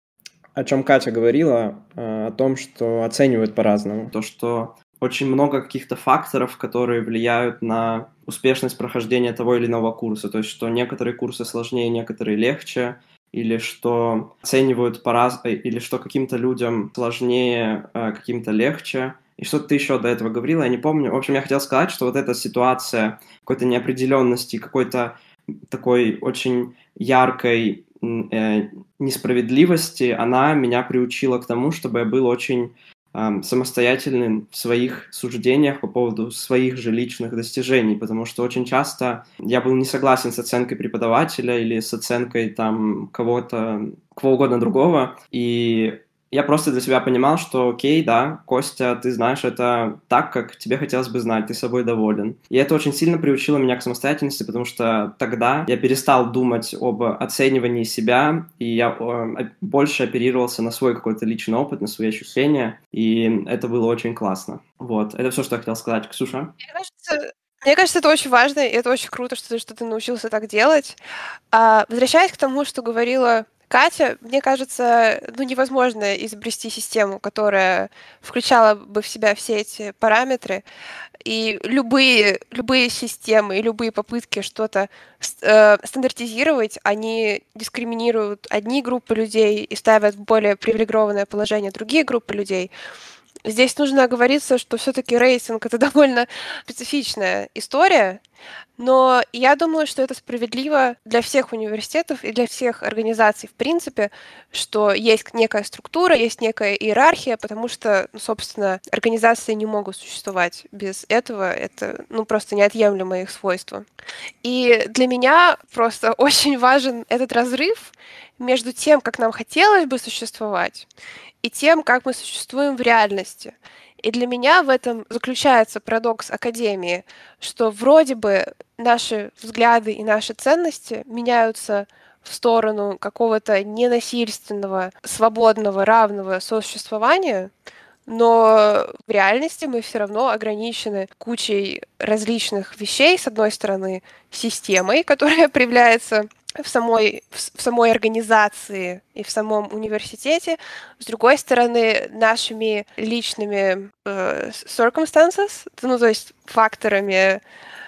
о чем Катя говорила, о том, что оценивают по-разному. То, что очень много каких-то факторов, которые влияют на успешность прохождения того или иного курса. То есть, что некоторые курсы сложнее, некоторые легче, или что оценивают по-разному, или что каким-то людям сложнее, каким-то легче. И что-то ты еще до этого говорила, я не помню. В общем, я хотел сказать, что вот эта ситуация какой-то неопределенности, какой-то такой очень яркой э, несправедливости, она меня приучила к тому, чтобы я был очень э, самостоятельным в своих суждениях по поводу своих же личных достижений, потому что очень часто я был не согласен с оценкой преподавателя или с оценкой там кого-то, кого угодно другого, и я просто для себя понимал, что окей, да, Костя, ты знаешь это так, как тебе хотелось бы знать, ты собой доволен. И это очень сильно приучило меня к самостоятельности, потому что тогда я перестал думать об оценивании себя, и я э, больше оперировался на свой какой-то личный опыт, на свои ощущения, и это было очень классно. Вот, это все, что я хотел сказать. Ксюша? Мне кажется, мне кажется, это очень важно, и это очень круто, что ты, что ты научился так делать. А, возвращаясь к тому, что говорила Катя, мне кажется, ну, невозможно изобрести систему, которая включала бы в себя все эти параметры. И любые, любые системы и любые попытки что-то э, стандартизировать, они дискриминируют одни группы людей и ставят в более привилегированное положение другие группы людей. Здесь нужно оговориться, что все-таки рейтинг — это довольно специфичная история, но я думаю, что это справедливо для всех университетов и для всех организаций в принципе, что есть некая структура, есть некая иерархия, потому что, ну, собственно, организации не могут существовать без этого, это, ну, просто неотъемлемое их свойство. И для меня просто очень важен этот разрыв между тем, как нам хотелось бы существовать, и тем, как мы существуем в реальности. И для меня в этом заключается парадокс академии, что вроде бы наши взгляды и наши ценности меняются в сторону какого-то ненасильственного, свободного, равного сосуществования, но в реальности мы все равно ограничены кучей различных вещей, с одной стороны, системой, которая проявляется в самой, в самой организации и в самом университете, с другой стороны, нашими личными э, circumstances, ну, то есть факторами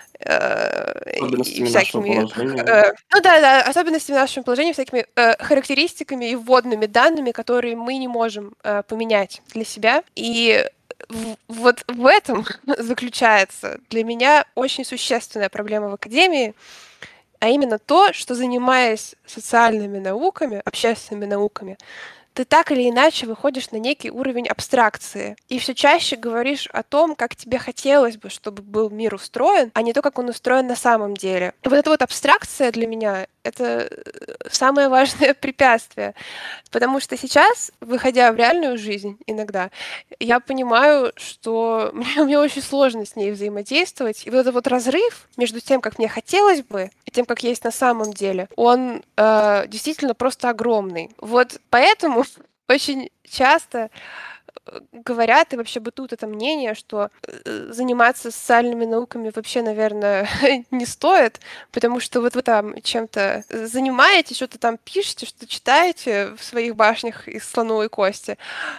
э, и всякими... Э, ну да, да, особенностями нашего положения, всякими э, характеристиками и вводными данными, которые мы не можем э, поменять для себя. И в, вот в этом заключается для меня очень существенная проблема в академии, а именно то, что, занимаясь социальными науками, общественными науками, ты так или иначе выходишь на некий уровень абстракции и все чаще говоришь о том, как тебе хотелось бы, чтобы был мир устроен, а не то, как он устроен на самом деле. И вот эта вот абстракция для меня — это самое важное препятствие, потому что сейчас, выходя в реальную жизнь иногда, я понимаю, что мне, мне очень сложно с ней взаимодействовать, и вот этот вот разрыв между тем, как мне хотелось бы, и тем, как есть на самом деле, он э, действительно просто огромный. Вот поэтому очень часто говорят и вообще бытует это мнение, что заниматься социальными науками вообще, наверное, не стоит, потому что вот вы там чем-то занимаетесь, что-то там пишете, что читаете в своих башнях из слоновой кости,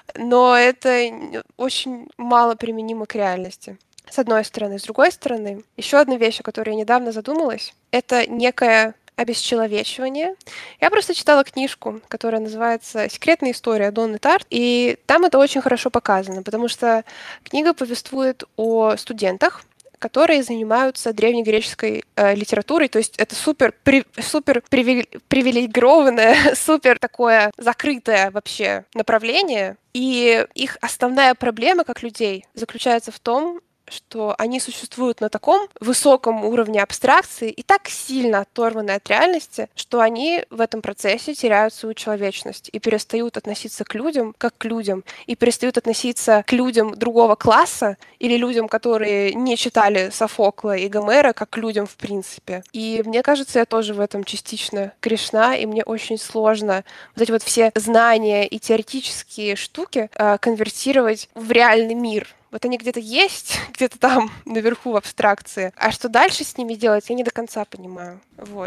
но это очень мало применимо к реальности. С одной стороны. С другой стороны, еще одна вещь, о которой я недавно задумалась, это некое обесчеловечивание. Я просто читала книжку, которая называется «Секретная история Донны Тарт», и там это очень хорошо показано, потому что книга повествует о студентах, которые занимаются древнегреческой э, литературой, то есть это супер, при, супер привилегированное, супер такое закрытое вообще направление, и их основная проблема как людей заключается в том, что они существуют на таком высоком уровне абстракции и так сильно оторваны от реальности, что они в этом процессе теряют свою человечность и перестают относиться к людям как к людям, и перестают относиться к людям другого класса или людям, которые не читали Софокла и Гомера, как к людям в принципе. И мне кажется, я тоже в этом частично грешна, и мне очень сложно вот эти вот все знания и теоретические штуки э, конвертировать в реальный мир. Вот они где-то есть, где-то там наверху в абстракции. А что дальше с ними делать, я не до конца понимаю. Вот.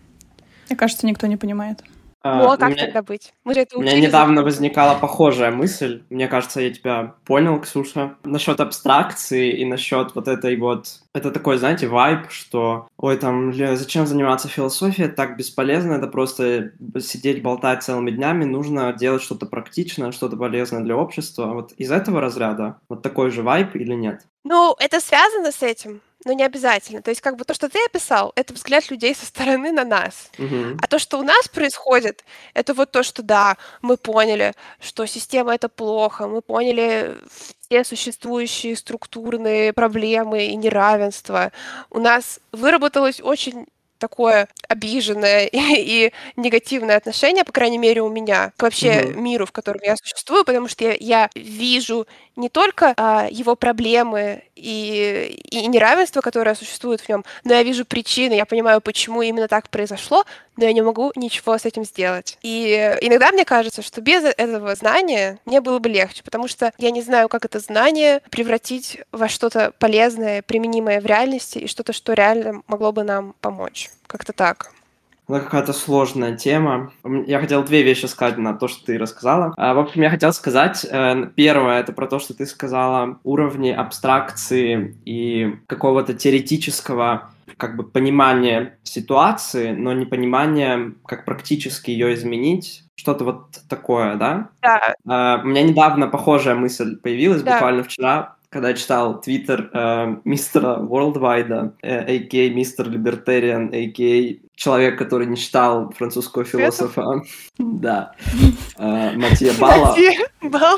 Мне кажется, никто не понимает. Ну, а как меня, тогда быть? Мы же это у меня учили недавно за- возникала похожая мысль. Мне кажется, я тебя понял, Ксюша. Насчет абстракции и насчет вот этой вот... Это такой, знаете, вайб, что ой, там, ля, зачем заниматься философией, это так бесполезно, это просто сидеть, болтать целыми днями, нужно делать что-то практичное, что-то полезное для общества. Вот из этого разряда вот такой же вайб или нет? Ну, это связано с этим, но не обязательно. То есть как бы то, что ты описал, это взгляд людей со стороны на нас. Мгм. А то, что у нас происходит, это вот то, что да, мы поняли, что система — это плохо, мы поняли все существующие структурные проблемы и неравенство. У нас выработалось очень такое обиженное и, и негативное отношение, по крайней мере, у меня, к вообще Мгм. миру, в котором я существую, потому что я, я вижу не только а, его проблемы и, и неравенство, которое существует в нем, но я вижу причины, я понимаю, почему именно так произошло, но я не могу ничего с этим сделать. И иногда мне кажется, что без этого знания мне было бы легче, потому что я не знаю, как это знание превратить во что-то полезное, применимое в реальности, и что-то, что реально могло бы нам помочь. Как-то так. Это какая-то сложная тема. Я хотел две вещи сказать на то, что ты рассказала. А, В общем, я хотел сказать, э, первое, это про то, что ты сказала, уровни абстракции и какого-то теоретического как бы понимания ситуации, но не понимания, как практически ее изменить. Что-то вот такое, да? Да, А, У меня недавно похожая мысль появилась, да. буквально вчера, когда я читал твиттер э, мистера Worldwide, э, а.к.а. мистер Либертариан, а.к.а. человек, который не читал французского Светов? философа, да, э, Матье Балла. Бал.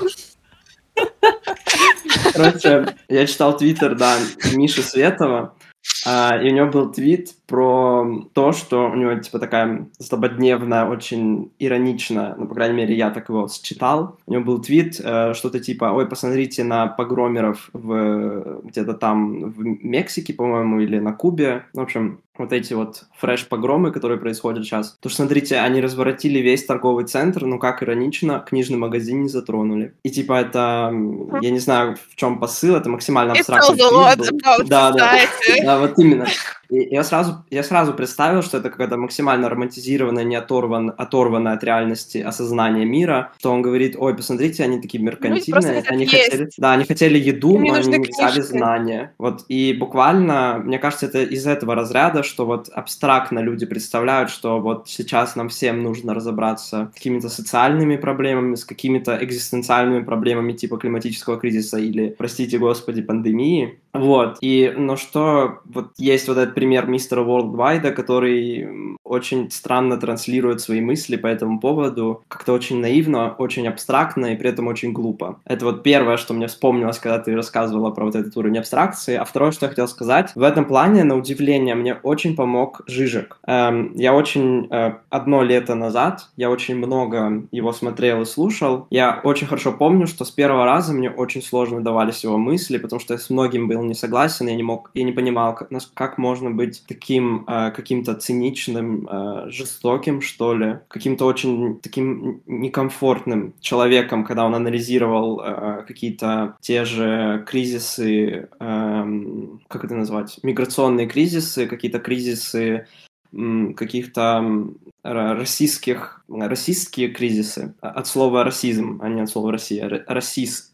Короче, я читал твиттер, да, Миши Светова, а, и у него был твит про то, что у него, типа, такая злободневная, очень ироничная, ну, по крайней мере, я так его считал. У него был твит, э, что-то типа, ой, посмотрите на погромеров в, где-то там в Мексике, по-моему, или на Кубе. В общем, вот эти вот фреш-погромы, которые происходят сейчас. То, что, смотрите, они разворотили весь торговый центр, ну, как иронично, книжный магазин не затронули. И, типа, это, м, я не знаю, в чем посыл, это максимально абстрактный твит был. Да, да, да, вот именно. И я сразу, я сразу представил, что это какая-то максимально романтизированная, не оторван, оторванная от реальности осознание мира, что он говорит, ой, посмотрите, они такие меркантильные, хотят они есть. хотели, да, они хотели еду, Им не но они нужны не взяли книжки. знания. Вот, и буквально, мне кажется, это из этого разряда, что вот абстрактно люди представляют, что вот сейчас нам всем нужно разобраться с какими-то социальными проблемами, с какими-то экзистенциальными проблемами типа климатического кризиса или, простите господи, пандемии. Вот, и, но что, вот есть вот этот пример мистера Worldwide, который очень странно транслирует свои мысли по этому поводу, как-то очень наивно, очень абстрактно и при этом очень глупо. Это вот первое, что мне вспомнилось, когда ты рассказывала про вот этот уровень абстракции. А второе, что я хотел сказать, в этом плане, на удивление, мне очень помог Жижик. Эм, я очень, э, одно лето назад, я очень много его смотрел и слушал. Я очень хорошо помню, что с первого раза мне очень сложно давались его мысли, потому что я с многим был не согласен, я не мог, я не понимал, как, как можно быть таким э, каким-то циничным, очень э, жестоким, что ли, каким-то очень таким некомфортным человеком, когда он анализировал э, какие-то те же кризисы, э, как это назвать, миграционные кризисы, какие-то кризисы м, каких-то российских, расистские кризисы, от слова расизм, а не от слова Россия, расист,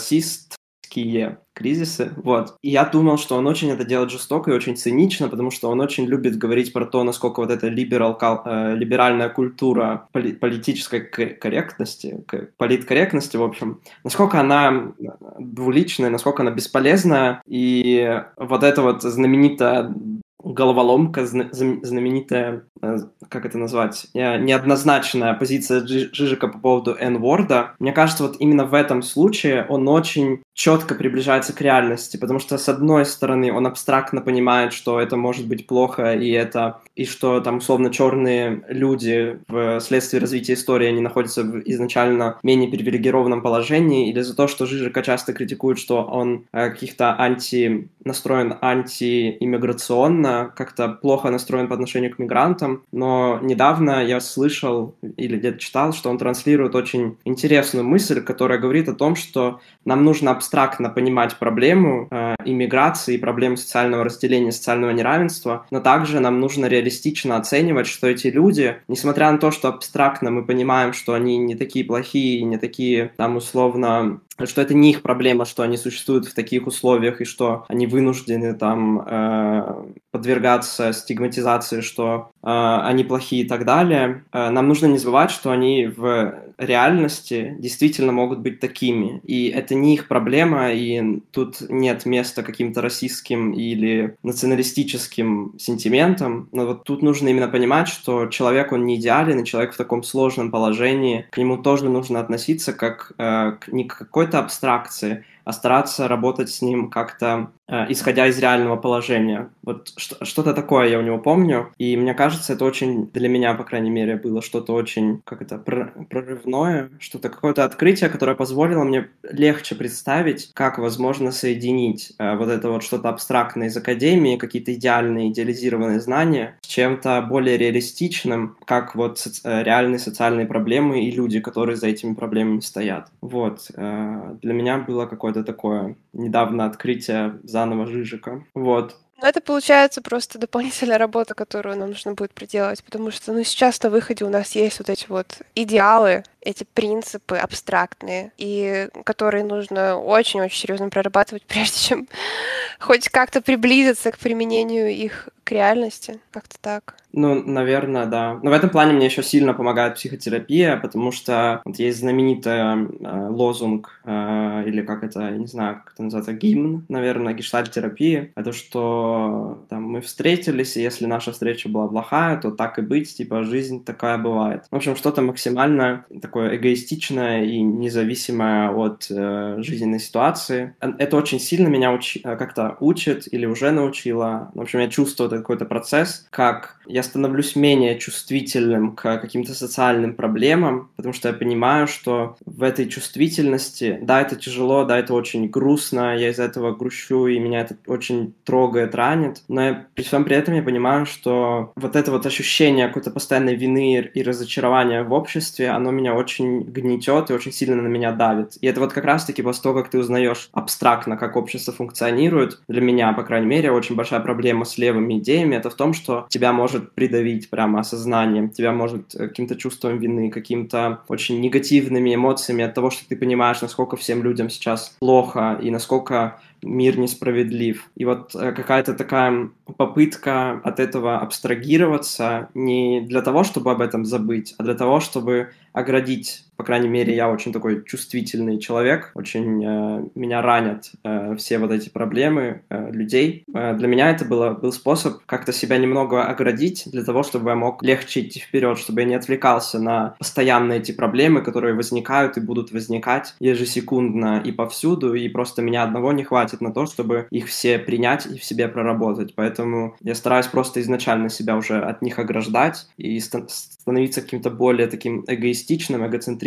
расистские кризисы, вот. И я думал, что он очень это делает жестоко и очень цинично, потому что он очень любит говорить про то, насколько вот эта либерал, э, либеральная культура поли, политической корректности, политкорректности, в общем, насколько она двуличная, насколько она бесполезная, и вот эта вот знаменитая головоломка, знаменитая, как это назвать, неоднозначная позиция Жижика по поводу N-ворда. Мне кажется, вот именно в этом случае он очень четко приближается к реальности, потому что, с одной стороны, он абстрактно понимает, что это может быть плохо, и это, и что там, условно, черные люди вследствие развития истории, они находятся в изначально менее привилегированном положении, или за то, что Жижика часто критикует, что он каких-то анти... настроен антииммиграционно, как-то плохо настроен по отношению к мигрантам, но недавно я слышал или где-то читал, что он транслирует очень интересную мысль, которая говорит о том, что нам нужно абстрактно понимать проблему э, иммиграции, проблему социального разделения, социального неравенства, но также нам нужно реалистично оценивать, что эти люди, несмотря на то, что абстрактно мы понимаем, что они не такие плохие, не такие, там, условно, что это не их проблема, что они существуют в таких условиях и что они вынуждены там э, подвергаться стигматизации, что э, они плохие и так далее. Э, нам нужно не забывать, что они в реальности действительно могут быть такими. И это не их проблема, и тут нет места каким-то расистским или националистическим сентиментам. Но вот тут нужно именно понимать, что человек, он не идеален, и человек в таком сложном положении, к нему тоже нужно относиться как э, к, не к какой-то абстракции, а стараться работать с ним как-то, э, исходя из реального положения. Вот что- что-то такое я у него помню, и мне кажется, это очень, для меня, по крайней мере, было что-то очень, как это, пр- прорывное, что-то, какое-то открытие, которое позволило мне легче представить, как возможно соединить э, вот это вот что-то абстрактное из академии, какие-то идеальные, идеализированные знания с чем-то более реалистичным, как вот соци- э, реальные социальные проблемы и люди, которые за этими проблемами стоят. Вот. Э, для меня было какое-то такое недавно открытие заново Жижика. Вот. Ну, это получается просто дополнительная работа, которую нам нужно будет проделать, потому что, ну, сейчас на выходе у нас есть вот эти вот идеалы, эти принципы абстрактные, и которые нужно очень-очень серьезно прорабатывать, прежде чем хоть как-то приблизиться к применению их к реальности. Как-то так. Ну, наверное, да. Но в этом плане мне еще сильно помогает психотерапия, потому что вот есть знаменитый э, лозунг, э, или как это, я не знаю, как это называется, гимн, наверное, гештальт-терапии. Это что там, мы встретились, и если наша встреча была плохая, то так и быть, типа, жизнь такая бывает. В общем, что-то максимально такое эгоистичное и независимое от э, жизненной ситуации. Это очень сильно меня учи- как-то учит или уже научило. В общем, я чувствую этот какой-то процесс, как я становлюсь менее чувствительным к каким-то социальным проблемам, потому что я понимаю, что в этой чувствительности, да, это тяжело, да, это очень грустно, я из-за этого грущу, и меня это очень трогает, ранит, но я, при всем при этом я понимаю, что вот это вот ощущение какой-то постоянной вины и разочарования в обществе, оно меня очень гнетет и очень сильно на меня давит. И это вот как раз-таки после того, как ты узнаешь абстрактно, как общество функционирует, для меня, по крайней мере, очень большая проблема с левыми идеями, это в том, что тебя может придавить прямо осознанием, тебя может каким-то чувством вины, каким-то очень негативными эмоциями от того, что ты понимаешь, насколько всем людям сейчас плохо и насколько мир несправедлив. И вот какая-то такая попытка от этого абстрагироваться не для того, чтобы об этом забыть, а для того, чтобы оградить. По крайней мере, я очень такой чувствительный человек, очень э, меня ранят э, все вот эти проблемы э, людей. Э, для меня это было, был способ как-то себя немного оградить для того, чтобы я мог легче идти вперед, чтобы я не отвлекался на постоянно эти проблемы, которые возникают и будут возникать ежесекундно и повсюду, и просто меня одного не хватит на то, чтобы их все принять и в себе проработать. Поэтому я стараюсь просто изначально себя уже от них ограждать и становиться каким-то более таким эгоистичным, эгоцентричным,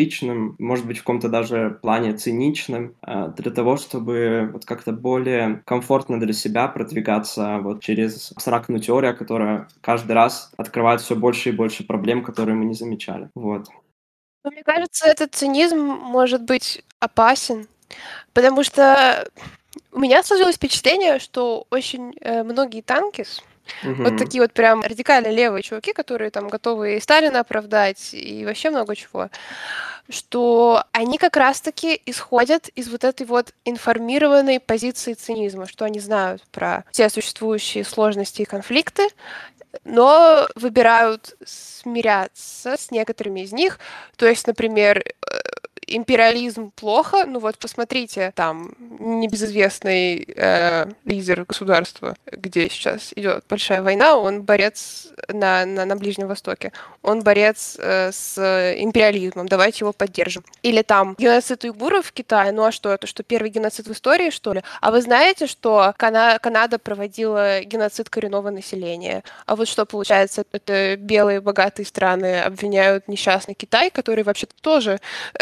эгоцентричным, может быть, в каком-то даже плане циничным, для того, чтобы вот как-то более комфортно для себя продвигаться вот через абстрактную теорию, которая каждый раз открывает все больше и больше проблем, которые мы не замечали. Вот. Но мне кажется, этот цинизм может быть опасен, потому что у меня сложилось впечатление, что очень э, многие танкис, Угу. вот такие вот прям радикально левые чуваки, которые там готовы и Сталина оправдать, и вообще много чего, что они как раз-таки исходят из вот этой вот информированной позиции цинизма, что они знают про все существующие сложности и конфликты, но выбирают смиряться с некоторыми из них. То есть, например, империализм плохо, ну вот посмотрите, там небезызвестный э, лидер государства, где сейчас идет большая война, он борец на, на, на Ближнем Востоке, он борец э, с империализмом, давайте его поддержим. Или там геноцид уйгуров в Китае, ну а что это, что первый геноцид в истории, что ли? А вы знаете, что Кана- Канада проводила геноцид коренного населения? А вот что получается, это белые богатые страны обвиняют несчастный Китай, который вообще-то тоже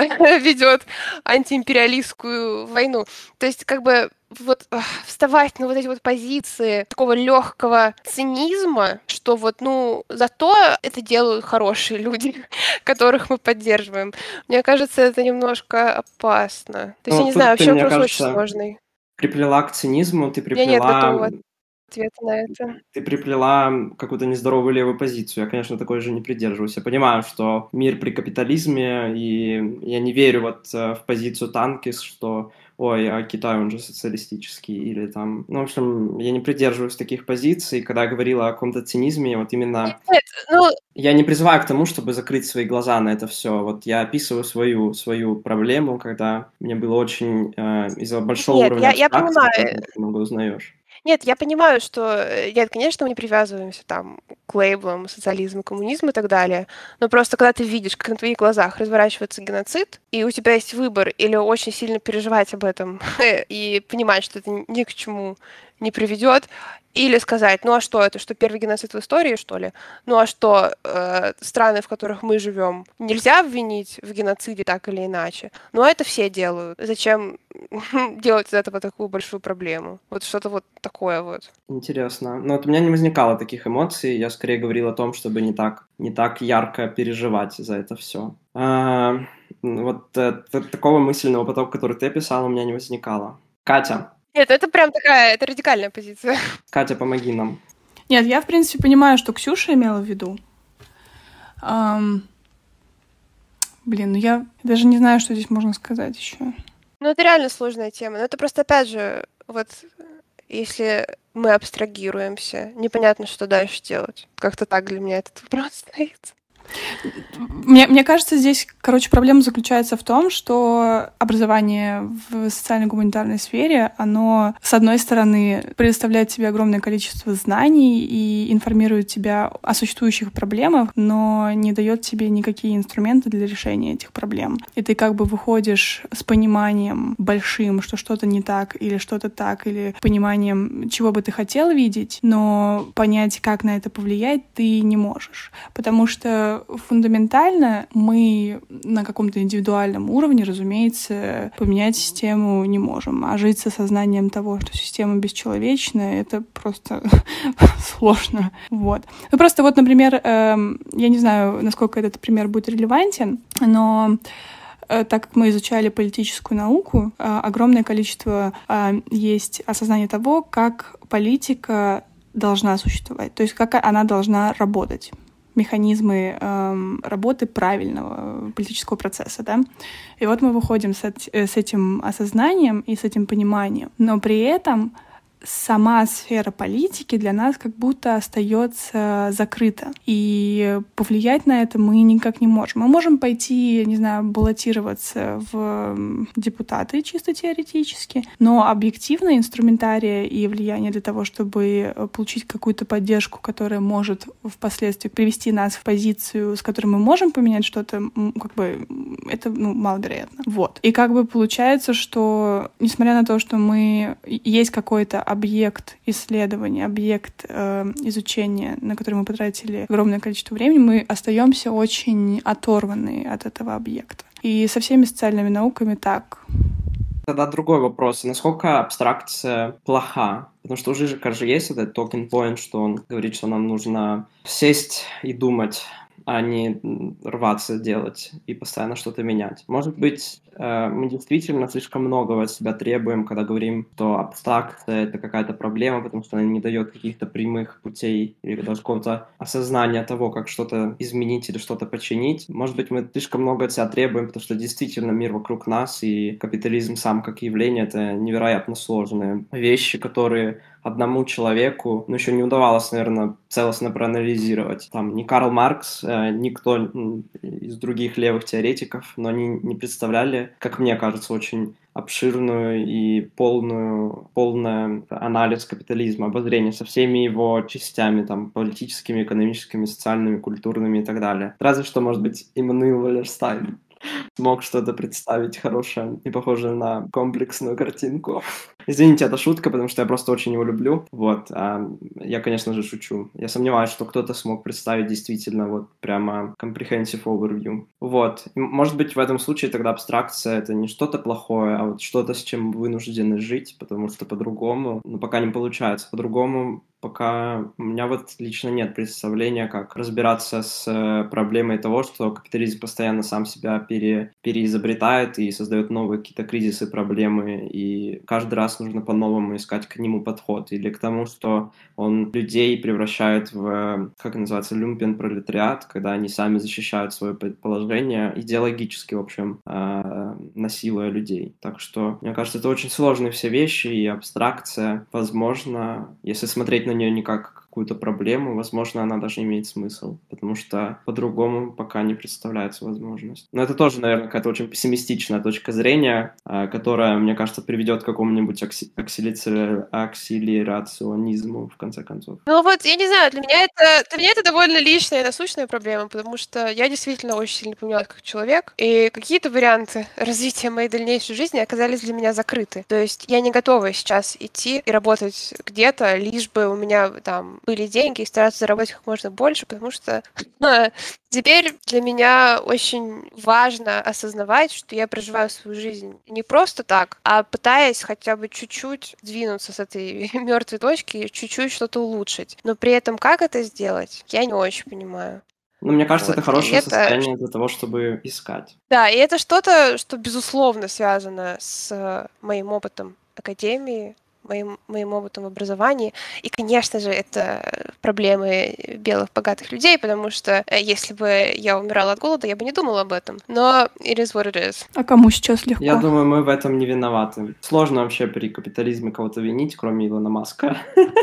ведет антиимпериалистскую войну. То есть, как бы, вот ах, вставать на вот эти вот позиции такого легкого цинизма, что вот, ну, зато это делают хорошие люди, которых мы поддерживаем. Мне кажется, это немножко опасно. То есть, Ну, я не тут знаю, ты, вообще мне вопрос кажется, очень сложный. приплела к цинизму, ты У меня нет приплела, готового ответа на это. ты приплела какую-то нездоровую левую позицию. Я, конечно, такой же не придерживаюсь. Я понимаю, что мир при капитализме, и я не верю вот э, в позицию танкис, что ой, а Китай, он же социалистический, или там... Ну, в общем, я не придерживаюсь таких позиций. Когда я говорила о каком-то цинизме, вот именно... Нет, ну, Я не призываю к тому, чтобы закрыть свои глаза на это все. Вот я описываю свою, свою проблему, когда мне было очень... Э, из-за большого нет, уровня я, я абстракции, понимаю. который ты много узнаешь. Нет, я понимаю, что, э, нет, конечно, мы не привязываемся там к лейблам социализм, коммунизм и так далее, но просто когда ты видишь, как на твоих глазах разворачивается геноцид, и у тебя есть выбор или очень сильно переживать об этом и понимать, что это ни к чему не приведет, или сказать, ну а что это, что первый геноцид в истории, что ли? Ну а что, э, страны, в которых мы живем, нельзя обвинить в геноциде так или иначе? Ну а это все делают. Зачем делать из этого такую большую проблему? Вот что-то вот такое вот. Интересно. Но вот у меня не возникало таких эмоций. Я скорее говорил о том, чтобы не так, не так ярко переживать за это все. А, вот э, такого мысленного потока, который ты описала, у меня не возникало. Катя. Нет, это прям такая, это радикальная позиция. Катя, помоги нам. Нет, я, в принципе, понимаю, что Ксюша имела в виду. Ам... Блин, ну я даже не знаю, что здесь можно сказать еще. Ну, это реально сложная тема. Но это просто, опять же, вот если мы абстрагируемся, непонятно, что дальше делать. Как-то так для меня этот вопрос стоит. Мне, мне кажется, здесь, короче, проблема заключается в том, что образование в социально-гуманитарной сфере, оно, с одной стороны, предоставляет тебе огромное количество знаний и информирует тебя о существующих проблемах, но не дает тебе никакие инструменты для решения этих проблем. И ты как бы выходишь с пониманием большим, что что-то не так или что-то так, или пониманием, чего бы ты хотел видеть, но понять, как на это повлиять, ты не можешь. Потому что фундаментально мы на каком-то индивидуальном уровне, разумеется, поменять систему не можем. А жить с осознанием того, что система бесчеловечная, это просто сложно. Вот. Ну, просто вот, например, я не знаю, насколько этот пример будет релевантен, но так как мы изучали политическую науку, огромное количество есть осознания того, как политика должна существовать, то есть как она должна работать. Механизмы э, работы правильного политического процесса, да. И вот мы выходим с, с этим осознанием и с этим пониманием, но при этом сама сфера политики для нас как будто остается закрыта. И повлиять на это мы никак не можем. Мы можем пойти, не знаю, баллотироваться в депутаты чисто теоретически, но объективно инструментария и влияние для того, чтобы получить какую-то поддержку, которая может впоследствии привести нас в позицию, с которой мы можем поменять что-то, как бы это, ну, маловероятно. Вот. И как бы получается, что несмотря на то, что мы есть какой-то объект исследования, объект э, изучения, на который мы потратили огромное количество времени, мы остаемся очень оторваны от этого объекта. И со всеми социальными науками так. Тогда другой вопрос. Насколько абстракция плоха? Потому что уже, кажется, есть этот talking point, что он говорит, что нам нужно сесть и думать, а не рваться делать и постоянно что-то менять. Может быть, мы действительно слишком многого от себя требуем, когда говорим, что абстракция — это какая-то проблема, потому что она не дает каких-то прямых путей или даже какого-то осознания того, как что-то изменить или что-то починить. Может быть, мы слишком много от себя требуем, потому что действительно мир вокруг нас и капитализм сам как явление — это невероятно сложные вещи, которые одному человеку, ну, еще не удавалось, наверное, целостно проанализировать. Там ни Карл Маркс, э, никто из других левых теоретиков, но они не представляли, как мне кажется, очень обширную и полную, полный анализ капитализма, обозрение со всеми его частями, там, политическими, экономическими, социальными, культурными и так далее. Разве что, может быть, Иммануил Валерстайн смог что-то представить хорошее и похожее на комплексную картинку. Извините, это шутка, потому что я просто очень его люблю. Вот. А я, конечно же, шучу. Я сомневаюсь, что кто-то смог представить действительно вот прямо comprehensive overview. Вот. И, может быть, в этом случае тогда абстракция — это не что-то плохое, а вот что-то, с чем вы вынуждены жить, потому что по-другому, ну, пока не получается. По-другому пока у меня вот лично нет представления, как разбираться с проблемой того, что капитализм постоянно сам себя пере, переизобретает и создает новые какие-то кризисы, проблемы, и каждый раз нужно по-новому искать к нему подход. Или к тому, что он людей превращает в, как это называется, люмпен-пролетариат, когда они сами защищают свое положение, идеологически, в общем, насилуя людей. Так что, мне кажется, это очень сложные все вещи, и абстракция, возможно, если смотреть на нее не как какую-то проблему, возможно, она даже имеет смысл, потому что по-другому пока не представляется возможность. Но это тоже, наверное, какая-то очень пессимистичная точка зрения, которая, мне кажется, приведет к какому-нибудь акси- аксилици- акселерационизму, в конце концов. Ну вот, я не знаю, для меня это, для меня это довольно личная и насущная проблема, потому что я действительно очень сильно поменялась как человек, и какие-то варианты развития моей дальнейшей жизни оказались для меня закрыты. То есть я не готова сейчас идти и работать где-то, лишь бы у меня там были деньги и стараться заработать как можно больше, потому что теперь для меня очень важно осознавать, что я проживаю свою жизнь не просто так, а пытаясь хотя бы чуть-чуть двинуться с этой мертвой точки и чуть-чуть что-то улучшить. Но при этом как это сделать, я не очень понимаю. Ну, мне кажется, Вот. это хорошее И это... состояние для того, чтобы искать. Да, и это что-то, что, безусловно, связано с моим опытом академии, моим, моим опытом в образовании. И, конечно же, это проблемы белых богатых людей, потому что если бы я умирала от голода, я бы не думала об этом. Но it is what it is. А кому сейчас легко? Я думаю, мы в этом не виноваты. Сложно вообще при капитализме кого-то винить, кроме Илона Маска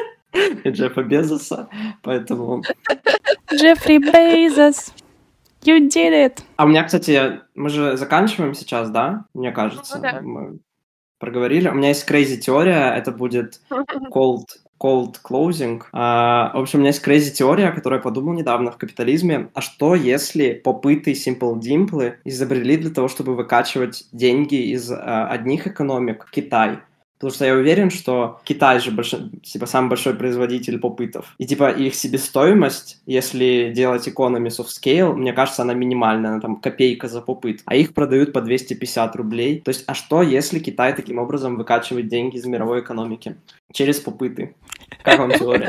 и Джеффа Безоса, поэтому... Джеффри Безос, you did it! А у меня, кстати, мы же заканчиваем сейчас, да? Мне кажется. Ну, да. Мы проговорили. У меня есть crazy теория, это будет cold, cold closing. Uh, в общем, у меня есть crazy теория, которую я подумал недавно в капитализме. А что, если попыты Simple Dimple изобрели для того, чтобы выкачивать деньги из uh, одних экономик в Китай? Потому что я уверен, что Китай же больш... типа, самый большой производитель попытов. И типа их себестоимость, если делать economies of scale, мне кажется, она минимальная, она там копейка за попыт. А их продают по двести пятьдесят рублей. То есть, а что, если Китай таким образом выкачивает деньги из мировой экономики? Через попыты. Как вам теория?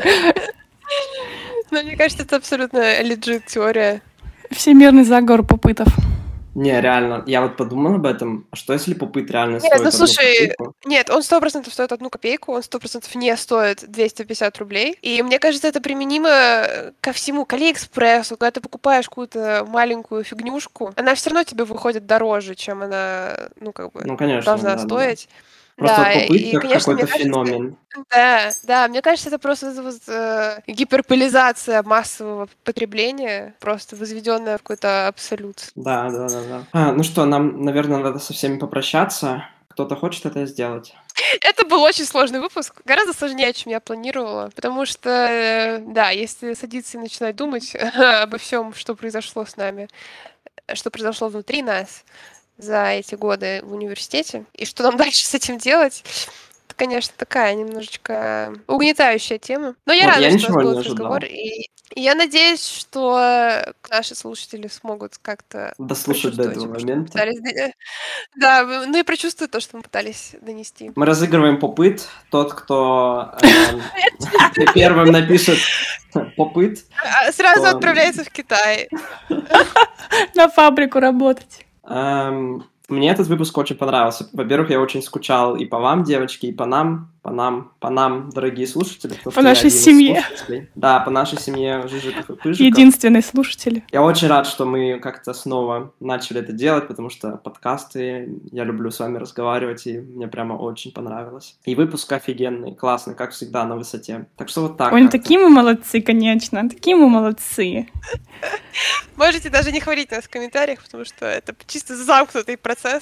Ну, мне кажется, это абсолютно legit теория. Всемирный заговор попытов. Не, реально, я вот подумал об этом, а что если попыт реально Нет, стоит ну одну слушай, копейку? нет, он сто процентов стоит одну копейку, он сто процентов не стоит двести пятьдесят рублей. И мне кажется, это применимо ко всему, к Алиэкспрессу, когда ты покупаешь какую-то маленькую фигнюшку, она все равно тебе выходит дороже, чем она, ну, как бы, Ну, конечно, должна да, да. стоить. Просто Да, попыт и, как конечно, какой-то мне кажется, феномен. Да, да, мне кажется, это просто вот, э, гиперполизация массового потребления, просто возведенная в какой-то абсолют. Да, да, да, да. А, ну что, нам, наверное, надо со всеми попрощаться. Кто-то хочет это сделать? Это был очень сложный выпуск, гораздо сложнее, чем я планировала, потому что, э, да, если садиться и начинать думать обо всем, что произошло с нами, что произошло внутри нас за эти годы в университете, и что нам дальше с этим делать, это, конечно, такая немножечко угнетающая тема. Но я Вот, рада, я что у ничего нас был не этот ожидал. разговор, и И я надеюсь, что наши слушатели смогут как-то дослушать до этого прочувствовать, что мы момента. пытались дон- Да, вы- ну и прочувствовать то, что мы пытались донести. Мы разыгрываем попыт. Тот, кто э, первым напишет попыт, А, Сразу то- отправляется в Китай. На фабрику работать. Эм, Мне этот выпуск очень понравился. Во-первых, я очень скучал и по вам, девочки, и по нам, по нам, по нам, дорогие слушатели. потому По что я нашей один из семье. слушателей. Да, по нашей семье Жижиков и Пыжиков. Единственные слушатели. Я очень рад, что мы как-то снова начали это делать, потому что подкасты, я люблю с вами разговаривать, и мне прямо очень понравилось. И выпуск офигенный, классный, как всегда, на высоте. Так что вот так. Ой, ну как-то. такие мы молодцы, конечно. Такие мы молодцы. Можете даже не хвалить нас в комментариях, потому что это чисто замкнутый процесс.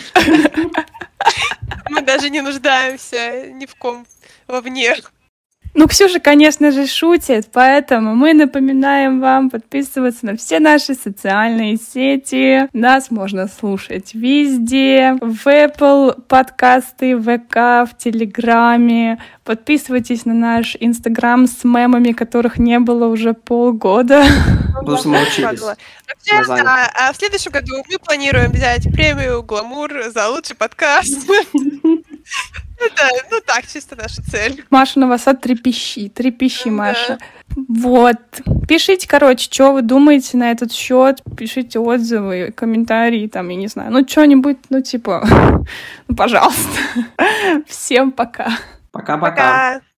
Мы даже не нуждаемся ни в ком вовне. Ну, Ксюша, конечно же, шутит, поэтому мы напоминаем вам подписываться на все наши социальные сети. Нас можно слушать везде. В Apple подкасты, в ВК, в Телеграме. Подписывайтесь на наш Инстаграм с мемами, которых не было уже полгода. Потому что мы учились. Вообще, Мы заняты. а, а в следующем году мы планируем взять премию «Гламур» за лучший подкаст. Это, ну так, чисто наша цель. Маша Новосад трепещи, трепещи, Да. Маша. Вот. Пишите, короче, что вы думаете на этот счет. Пишите отзывы, комментарии, там, я не знаю, ну, что-нибудь, ну, типа, ну, пожалуйста. Всем пока. Пока-пока. Пока.